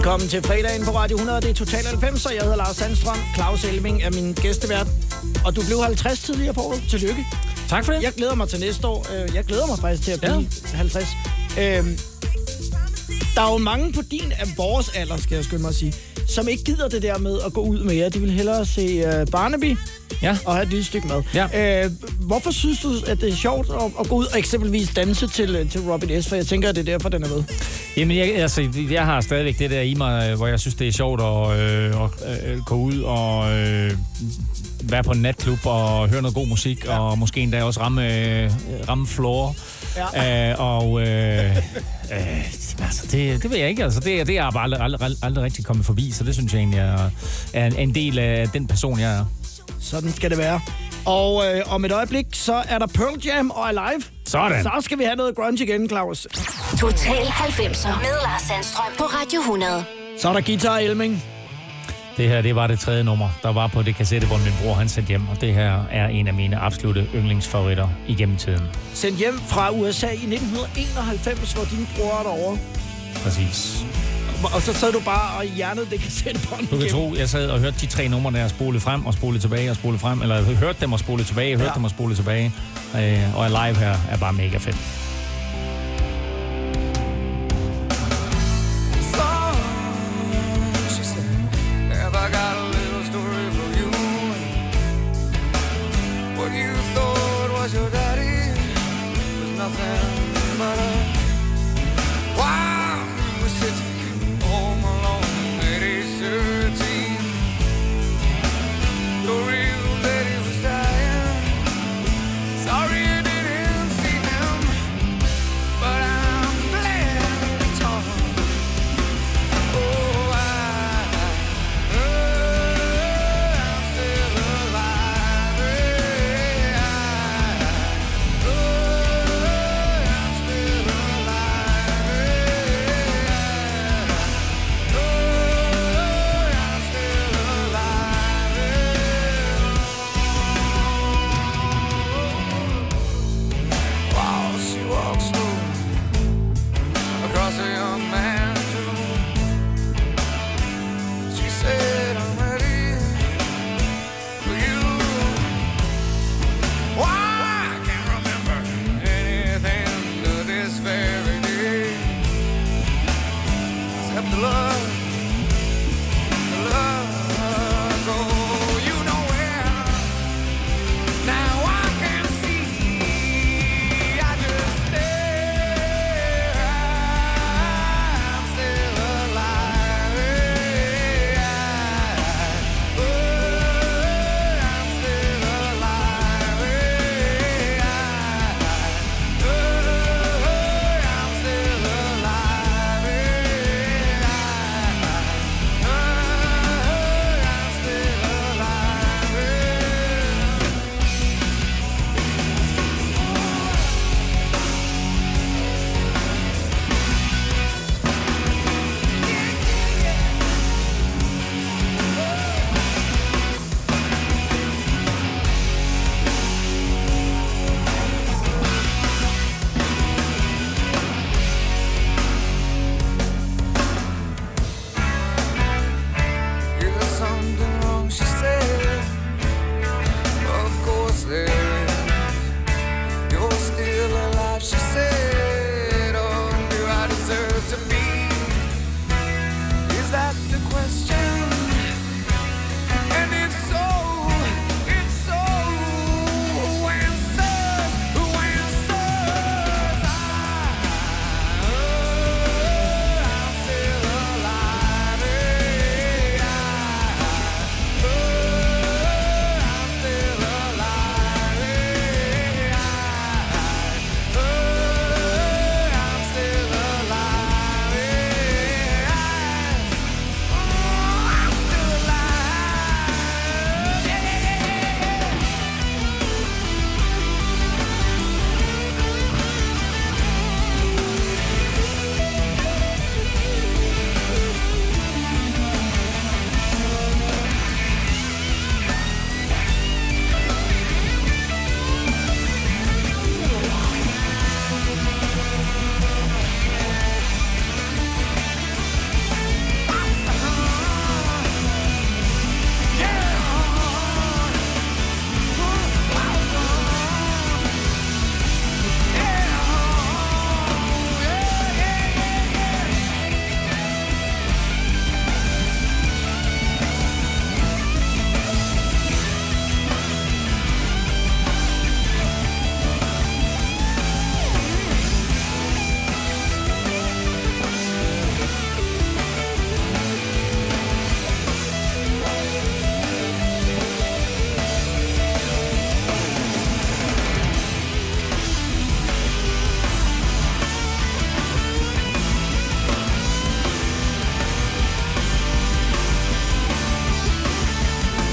Speaker 2: Velkommen til fredagen på Radio hundrede. Det er Total halvfems, og jeg hedder Lars Sandstrøm. Claus Elming er min gæstevært. Og du blev halvtreds tidligere på året. Tillykke.
Speaker 3: Tak for det.
Speaker 2: Jeg glæder mig til næste år. Jeg glæder mig faktisk til at blive ja. halvtreds. Øhm, der er jo mange på din af vores alder, skal jeg skynde mig at sige, som ikke gider det der med at gå ud med jer. De vil hellere se uh, Barnaby
Speaker 3: ja.
Speaker 2: og have et lille stykke mad.
Speaker 3: Ja.
Speaker 2: Øh, hvorfor synes du, at det er sjovt at, at gå ud og eksempelvis danse til, til Robin S? For jeg tænker, at det er derfor, den er med.
Speaker 3: Jamen, jeg, altså, jeg har stadigvæk det der i mig, hvor jeg synes, det er sjovt at, øh, at øh, gå ud og øh, være på en natklub og høre noget god musik, ja. og måske endda også ramme, øh, ramme floor. Ja. Øh, og øh, øh, altså, det, det ved jeg ikke. Altså, det, det er jeg bare aldrig, aldrig, aldrig rigtig kommet forbi, så det synes jeg egentlig er, er en del af den person, jeg er.
Speaker 2: Sådan skal det være. Og øh, om et øjeblik, så er der Pearl Jam og Alive.
Speaker 3: Sådan.
Speaker 2: Så skal vi have noget grunge igen, Claus.
Speaker 1: Total halvfemser med Lars Sandstrøm på Radio hundrede.
Speaker 2: Så er der Guitar Elming.
Speaker 3: Det her, det var det tredje nummer, der var på det kassettebånd, min bror han sendte hjem. Og det her er en af mine absolutte yndlingsfavoritter igennem tiden.
Speaker 2: Sendt hjem fra U S A i nitten enoghalvfems, hvor din bror er derovre.
Speaker 3: Præcis.
Speaker 2: Og så sad du bare og hjernede det kassettebånd.
Speaker 3: Du kan tro, jeg sad og hørte de tre numre der, spole frem og spole tilbage og spole frem. Eller jeg hørte dem og spole tilbage, jeg hørte ja. dem og spole tilbage. Og Alive her er bare mega fedt.
Speaker 15: Your daddy was nothing but a wild was sitting home alone at age thirteen. The real daddy was dying. Sorry you didn't see him, but I'm glad it's all. Oh, I, uh, I'm still alive. Across a young man's room, she said, I'm ready for you. Why, I can't remember anything to this very day, except the love, the love, go, you know where. Now I can see, I just stare. I'm still alive. Oh, I'm still alive. Oh, I'm still alive.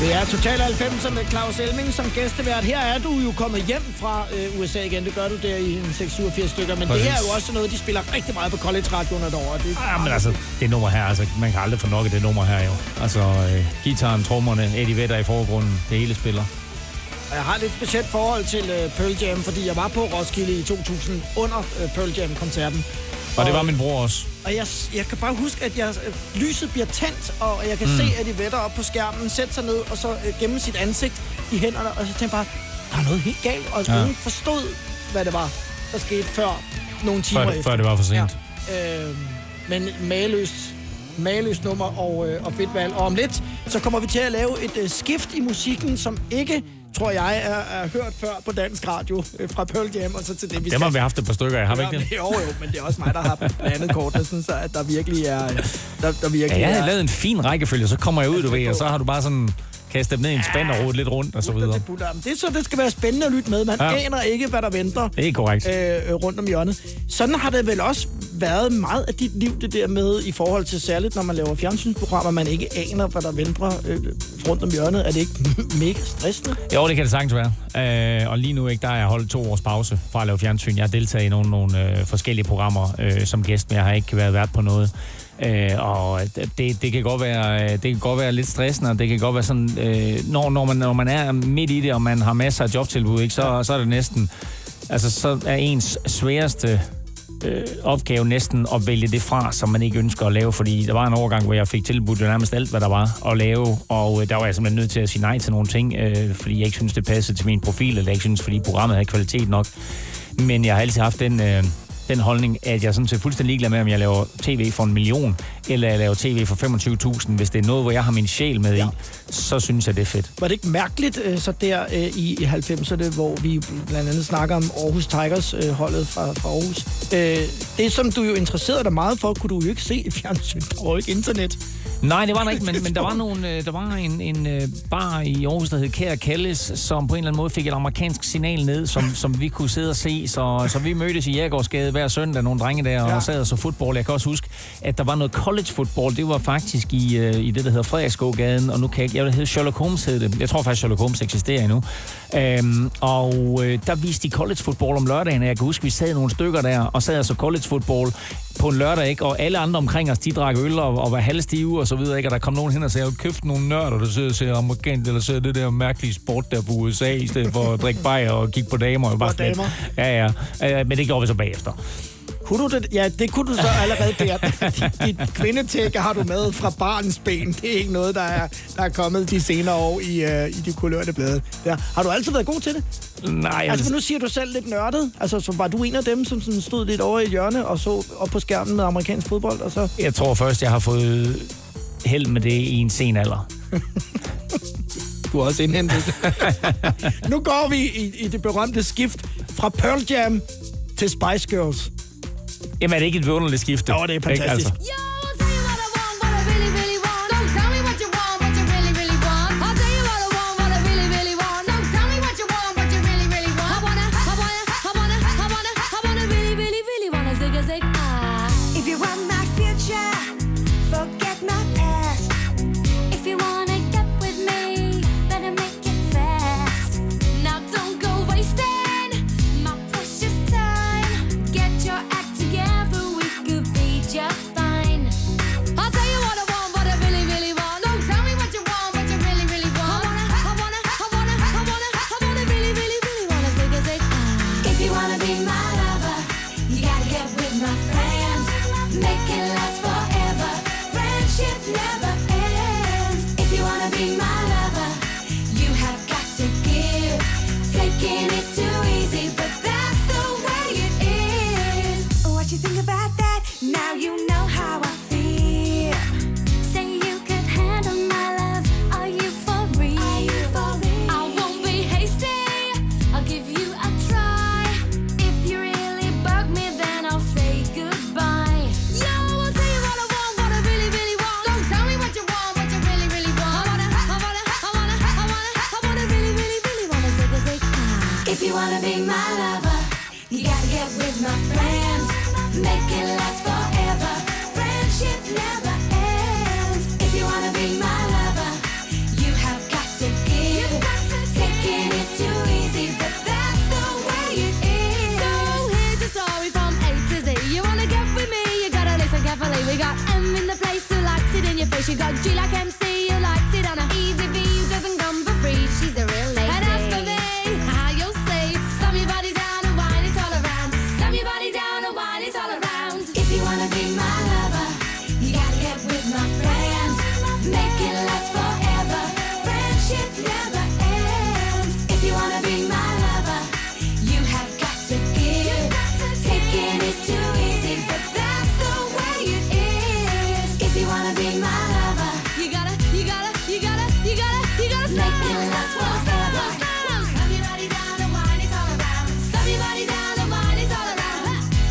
Speaker 2: Det er Total halvfemser med Claus Elming som gæstevært. Her er du jo kommet hjem fra øh, U S A igen. Det gør du der i en seks syvogfirs stykker. Men Præcis. Det her er jo også noget, de spiller rigtig meget på college-radioerne derovre. Det
Speaker 3: ja, men altså, det nummer her, altså, man kan aldrig få nok af det nummer her jo. Altså, øh, guitaren, trommerne, Eddie Vedder i forgrunden, det hele spiller.
Speaker 2: Og jeg har lidt specielt forhold til øh, Pearl Jam, fordi jeg var på Roskilde i to tusind under øh, Pearl Jam-koncerten.
Speaker 3: Og, og det var min bror også.
Speaker 2: Og jeg, jeg kan bare huske, at jeg, øh, lyset bliver tændt, og jeg kan mm. se, at de Vedder op på skærmen, sætter sig ned, og så øh, gemme sit ansigt i hænderne, og så tænkte jeg bare, der er noget helt galt, og ja. Ingen forstod, hvad det var, der skete før nogle timer
Speaker 3: før,
Speaker 2: efter.
Speaker 3: Før det var for sent.
Speaker 2: Ja. Øh, men mageløst, mageløst nummer og, øh, og fedt valg. Og om lidt, så kommer vi til at lave et øh, skift i musikken, som ikke... tror jeg, er, er hørt før på dansk radio øh, fra Pearl Jam, og så til det, vi
Speaker 3: skal... Dem har vi haft et par stykker af, har vi ikke det?
Speaker 2: Jo, jo, men det er også mig, der har blandet kortene, sådan så at der virkelig er... Der, der virkelig
Speaker 3: ja, jeg har
Speaker 2: er,
Speaker 3: lavet en fin rækkefølge, så kommer jeg ud, du ved, og så har du bare sådan... kastet dem ned i en spand og rodet lidt rundt, og så videre.
Speaker 2: Det er så, det skal være spændende at lytte med. Man ja. aner ikke, hvad der venter.
Speaker 3: Det er korrekt.
Speaker 2: Øh, rundt om hjørnet. Sådan har det vel også været meget af dit liv, det der med, i forhold til særligt, når man laver fjernsynsprogrammer, man ikke aner, hvad der venter øh, rundt om hjørnet. Er det ikke mega stressende?
Speaker 3: Jo, det kan det sagtens være. Øh, og lige nu ikke, der har jeg holdt to års pause fra at lave fjernsyn. Jeg har deltaget i nogle, nogle øh, forskellige programmer øh, som gæst, men jeg har ikke været vært på noget. Øh, og det, det kan godt være det kan godt være lidt stressende, og det kan godt være sådan øh, når når man når man er midt i det, og man har masser af jobtilbud, ikke, så så er det næsten altså så er ens sværeste øh, opgave næsten at vælge det fra, som man ikke ønsker at lave, fordi der var en overgang, hvor jeg fik tilbudt nærmest alt, hvad der var at lave, og øh, der var jeg simpelthen nødt til at sige nej til nogle ting, øh, fordi jeg ikke synes det passede til min profil, eller jeg ikke synes, fordi programmet havde kvalitet nok. Men jeg har altid haft den øh, den holdning, at jeg sådan set fuldstændig ligeglad med, om jeg laver tv for en million, eller jeg laver tv for femogtyve tusind. Hvis det er noget, hvor jeg har min sjæl med ja. i, så synes jeg, det er fedt.
Speaker 2: Var det ikke mærkeligt, så der i halvfemserne, hvor vi blandt andet snakker om Aarhus Tigers, holdet fra, fra Aarhus. Det, som du jo interesserede dig meget for, kunne du jo ikke se i fjernsyn. Der var jo ikke internet.
Speaker 3: Nej, det var der ikke, men, men der var, nogle, der var en, en bar i Aarhus, der hed Kær Kalles, som på en eller anden måde fik et amerikansk signal ned, som, som vi kunne sidde og se. Så, så vi mødtes i Jægergårdsgade hver søndag, nogle drenge der, og ja. sad og så fodbold. Jeg kan også huske, at der var noget college football. Det var faktisk i, i det, der hedder Frederiksgågaden, og nu kan jeg ikke... Jeg vil hedde Sherlock Holmes, hed det. Jeg tror faktisk, Sherlock Holmes eksisterer endnu. Øhm, og øh, der viste de college football om lørdagen, og jeg kan huske, vi sad nogle stykker der, og sad så college football på en lørdag, ikke? Og alle andre omkring os, de drak øl og, og var halvstive og så videre, ikke? Og der kom nogen hen og sagde, jeg har købt nogle nørder, der sidder og ser amerikansk, eller ser det der mærkelige sport der på U S A, i stedet for at drikke bajer og kigge på damer. Og bare damer. Ja, ja. Øh, men det gjorde vi så bagefter.
Speaker 2: Kunne du det? Ja, det kunne du så allerede der. Dit kvindetække har du med fra barns ben. Det er ikke noget, der er, der er kommet de senere år i, uh, i de kulørte blade. Der. Har du altid været god til det?
Speaker 3: Nej.
Speaker 2: Altså, for nu siger du selv lidt nørdet. Altså, så var du en af dem, som sådan stod lidt over i et hjørne og så op på skærmen med amerikansk fodbold, og så...
Speaker 3: Jeg tror først, jeg har fået held med det i en sen alder.
Speaker 2: Du har også indhentet. Nu går vi i, i det berømte skift fra Pearl Jam til Spice Girls.
Speaker 3: Jamen, er det ikke et vidunderligt skifte?
Speaker 2: Jo, det er fantastisk. Altså.
Speaker 4: We got M in the place who likes it in your face. You got G like M C who likes it on a easy V who doesn't come for free. She's a real lady. And as for me, how you'll see, slam your body down and wine it all around. Slam your body down and wine it all around. If you wanna be my lover, you gotta get with my friends. Make it last forever. Friendship never ends. If you wanna be my lover, you have got to give. Taking is too easy, but that's the way it is. If you wanna be my lover, you gotta, you gotta, you gotta, you gotta, you gotta make it last forever. Slam your body down and wine it all around. Slam your body down and wine it all around.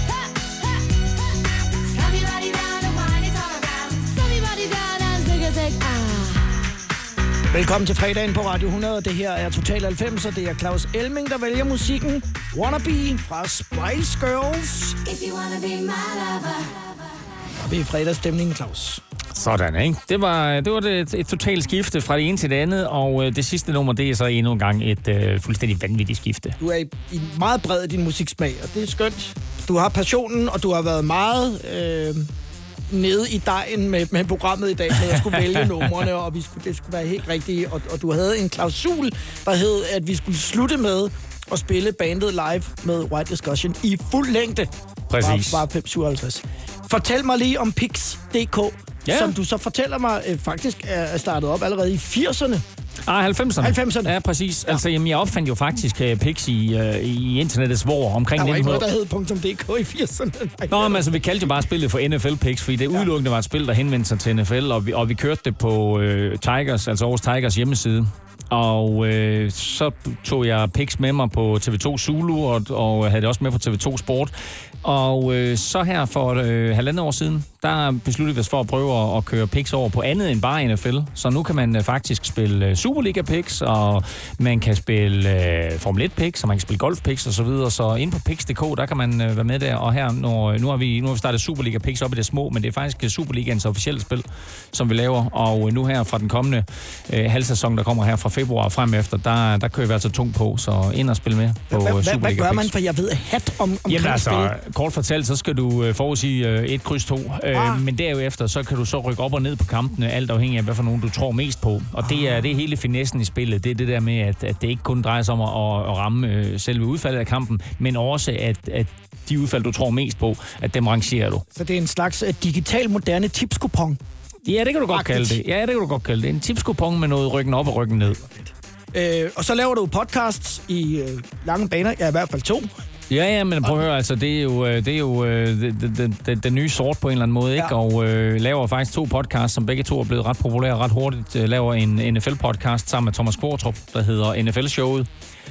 Speaker 4: Slam your body down and wine it all around. Slam your body down and zig a zig ah.
Speaker 2: Velkommen til fredagen på Radio hundrede. Det her er Total halvfems, og det er Claus Elming, der vælger musikken. Wannabe fra Spice Girls.
Speaker 4: If you wanna be my lover.
Speaker 2: Det er fredagsstemningen, Claus.
Speaker 3: Sådan, ikke? Det var, det var et, et totalt skifte fra det ene til det andet, og øh, det sidste nummer, det er så endnu en gang et øh, fuldstændig vanvittigt skifte.
Speaker 2: Du er i, i meget bred i din musiksmag, og det er skønt. Du har passionen, og du har været meget øh, nede i dejen med, med programmet i dag, så jeg skulle vælge numrene, og vi skulle, det skulle være helt rigtigt. Og, og du havde en klausul, der hed, at vi skulle slutte med at spille bandet live med White Discussion i fuld længde.
Speaker 3: Præcis.
Speaker 2: Bare, bare fem syvoghalvtreds. Fortæl mig lige om Pix punktum d k, ja. Som du så fortæller mig øh, faktisk er startet op allerede i firserne.
Speaker 3: Ah, halvfemserne.
Speaker 2: halvfemserne.
Speaker 3: Ja, præcis. Ja. Altså, jamen, jeg opfandt jo faktisk uh, Pix i, uh, i internettets vor omkring
Speaker 2: der var
Speaker 3: nitten
Speaker 2: hundrede.
Speaker 3: Ikke noget,
Speaker 2: der hed .dk i firserne.
Speaker 3: Nå, men altså, vi kaldte jo bare spillet for N F L Pix, fordi det ja. udelukkende var et spil, der henvendte sig til N F L, og vi, og vi kørte det på uh, Tigers, altså Aarhus Tigers hjemmeside. Og øh, så tog jeg Pix med mig på T V to Zulu, og, og havde det også med på T V to Sport. Og øh, så her for øh, halvandet år siden, der besluttede vi os for at prøve at, at køre Pix over på andet end bare N F L. Så nu kan man øh, faktisk spille øh, Superliga Pix, og man kan spille øh, Formel et Pix, og man kan spille Golf Pix og så videre. Så inde på Pix punktum d k, der kan man øh, være med der. Og her, når, nu har vi nu har vi startet Superliga Pix op i det små, men det er faktisk Superligaens officielle spil, som vi laver. Og øh, nu her fra den kommende øh, halvsæson, der kommer her fra februar og frem efter, der, der kører vi altså tungt på, så ind og spille med på
Speaker 2: hva,
Speaker 3: Superliga Pix.
Speaker 2: Hvad gør man, for jeg ved hat om, omkring
Speaker 3: Jamen, altså,
Speaker 2: spil?
Speaker 3: Kort fortalt, så skal du øh, forudsige øh, et kryds to, øh, ah. men derefter, så kan du så rykke op og ned på kampene, alt afhængig af, hvad for nogen du tror mest på. Og det er, det er hele finessen i spillet. Det er det der med, at, at det ikke kun drejer sig om at, at ramme øh, selve udfaldet af kampen, men også, at, at de udfald, du tror mest på, at dem rangerer du.
Speaker 2: Så det er en slags uh, digital moderne tipskupon?
Speaker 3: Ja, det kan du godt kalde det. Ja, det kan du godt kalde det. En tipskupon med noget ryggen op og ryggen ned.
Speaker 2: Øh, og så laver du podcasts i øh, lange baner, ja, i hvert fald to.
Speaker 3: Ja, ja, men prøv at høre, altså, det er jo, det er jo den, den, den, den nye sort på en eller anden måde, ikke? Ja. Og øh, laver faktisk to podcasts, som begge to er blevet ret populære ret hurtigt. Øh, laver en N F L-podcast sammen med Thomas Kvartrup, der hedder N F L-showet.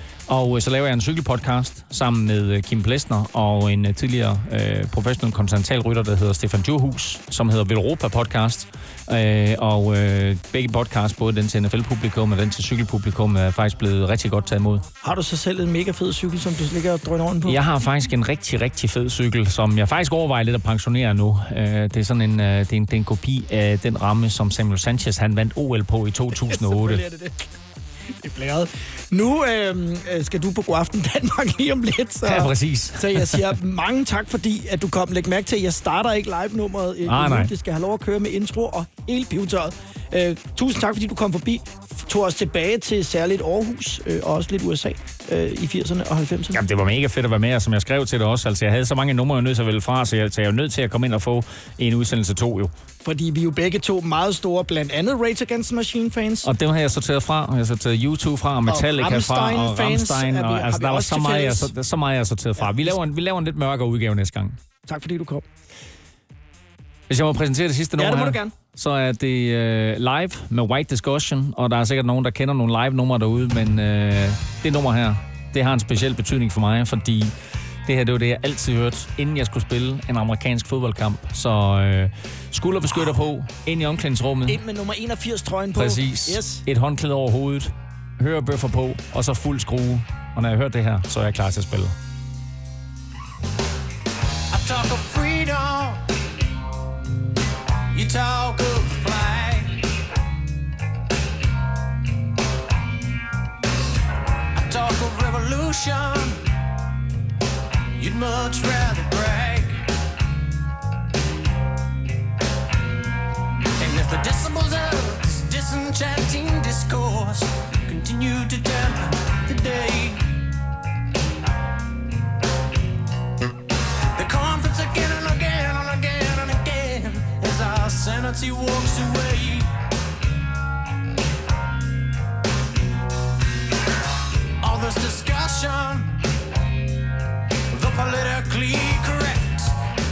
Speaker 3: Og øh, så laver jeg en cykelpodcast sammen med øh, Kim Plesner og en øh, tidligere øh, professionel kontinentalrytter, der hedder Stefan Djurhus, som hedder Velropa Podcast. Øh, og øh, begge podcasts, både den til N F L-publikum og den til cykelpublikum, er faktisk blevet rigtig godt taget imod.
Speaker 2: Har du så selv en mega fed cykel, som du ligger og drøner oven på?
Speaker 3: Jeg har faktisk en rigtig, rigtig fed cykel, som jeg faktisk overvejer lidt at pensionere nu. Øh, det er sådan en, øh, det er en, det er en kopi af den ramme, som Samuel Sanchez han vandt O L på i to tusind og otte.
Speaker 2: Selvfølgelig er det det. Det er blæret. Nu øh, skal du på Godaften Danmark lige om lidt. Så,
Speaker 3: ja, præcis.
Speaker 2: Så jeg siger mange tak, fordi at du kom. Læg mærke til, at jeg starter ikke live-nummeret.
Speaker 3: Ah, nej.
Speaker 2: Det skal have lov at køre med intro og helt pivetøjet. Øh, tusind tak, fordi du kom forbi. Tog os tilbage til særligt Aarhus, øh, og også lidt U S A øh, i firserne og halvfemserne.
Speaker 3: Jamen, det var mega fedt at være med, og som jeg skrev til dig også. Altså, jeg havde så mange numre, jeg nødt til at vælge fra, så jeg, så jeg er nødt til at komme ind og få en udsendelse to, jo.
Speaker 2: Fordi vi er jo begge to meget store, blandt andet Rage Against the Machine fans.
Speaker 3: Og det har jeg sorteret fra. Jeg har sorteret U to fra, og Metallica og fra, og Rammstein. Og, og, altså, der var så meget, jeg, så, så meget, jeg sorteret fra. Ja. Vi, laver en, vi laver en lidt mørkere udgave næste gang.
Speaker 2: Tak fordi du kom.
Speaker 3: Hvis jeg må præsentere det sidste nummer
Speaker 2: her,
Speaker 3: her,
Speaker 2: du gerne.
Speaker 3: Så er det uh, live med White Discussion, og der er sikkert nogen, der kender nogle live-numre derude, men uh, det nummer her, det har en speciel betydning for mig, fordi det her, det var det, jeg altid hørte, inden jeg skulle spille en amerikansk fodboldkamp. Så uh, skulderbeskytter på, ind i omklædningsrummet.
Speaker 2: Ind med nummer enogfirs-trøjen på.
Speaker 3: Præcis.
Speaker 2: Yes.
Speaker 3: Et håndklæde over hovedet, hørebøffer på, og så fuld skrue. Og når jeg hørte det her, så er jeg klar til at spille.
Speaker 15: I talk of freedom. You talk of flag. I talk of revolution. You'd much rather brag. decibels of this disenchanting discourse continue to dampen the day. The conference again and again and again and again as our sanity walks away. All this discussion, the politically correct,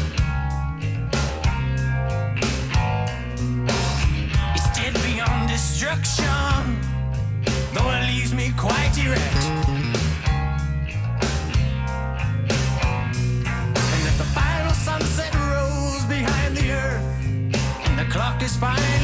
Speaker 15: it's dead beyond destruction, though it leaves me quite erect. And if the final sunset rolls behind the earth and the clock is fine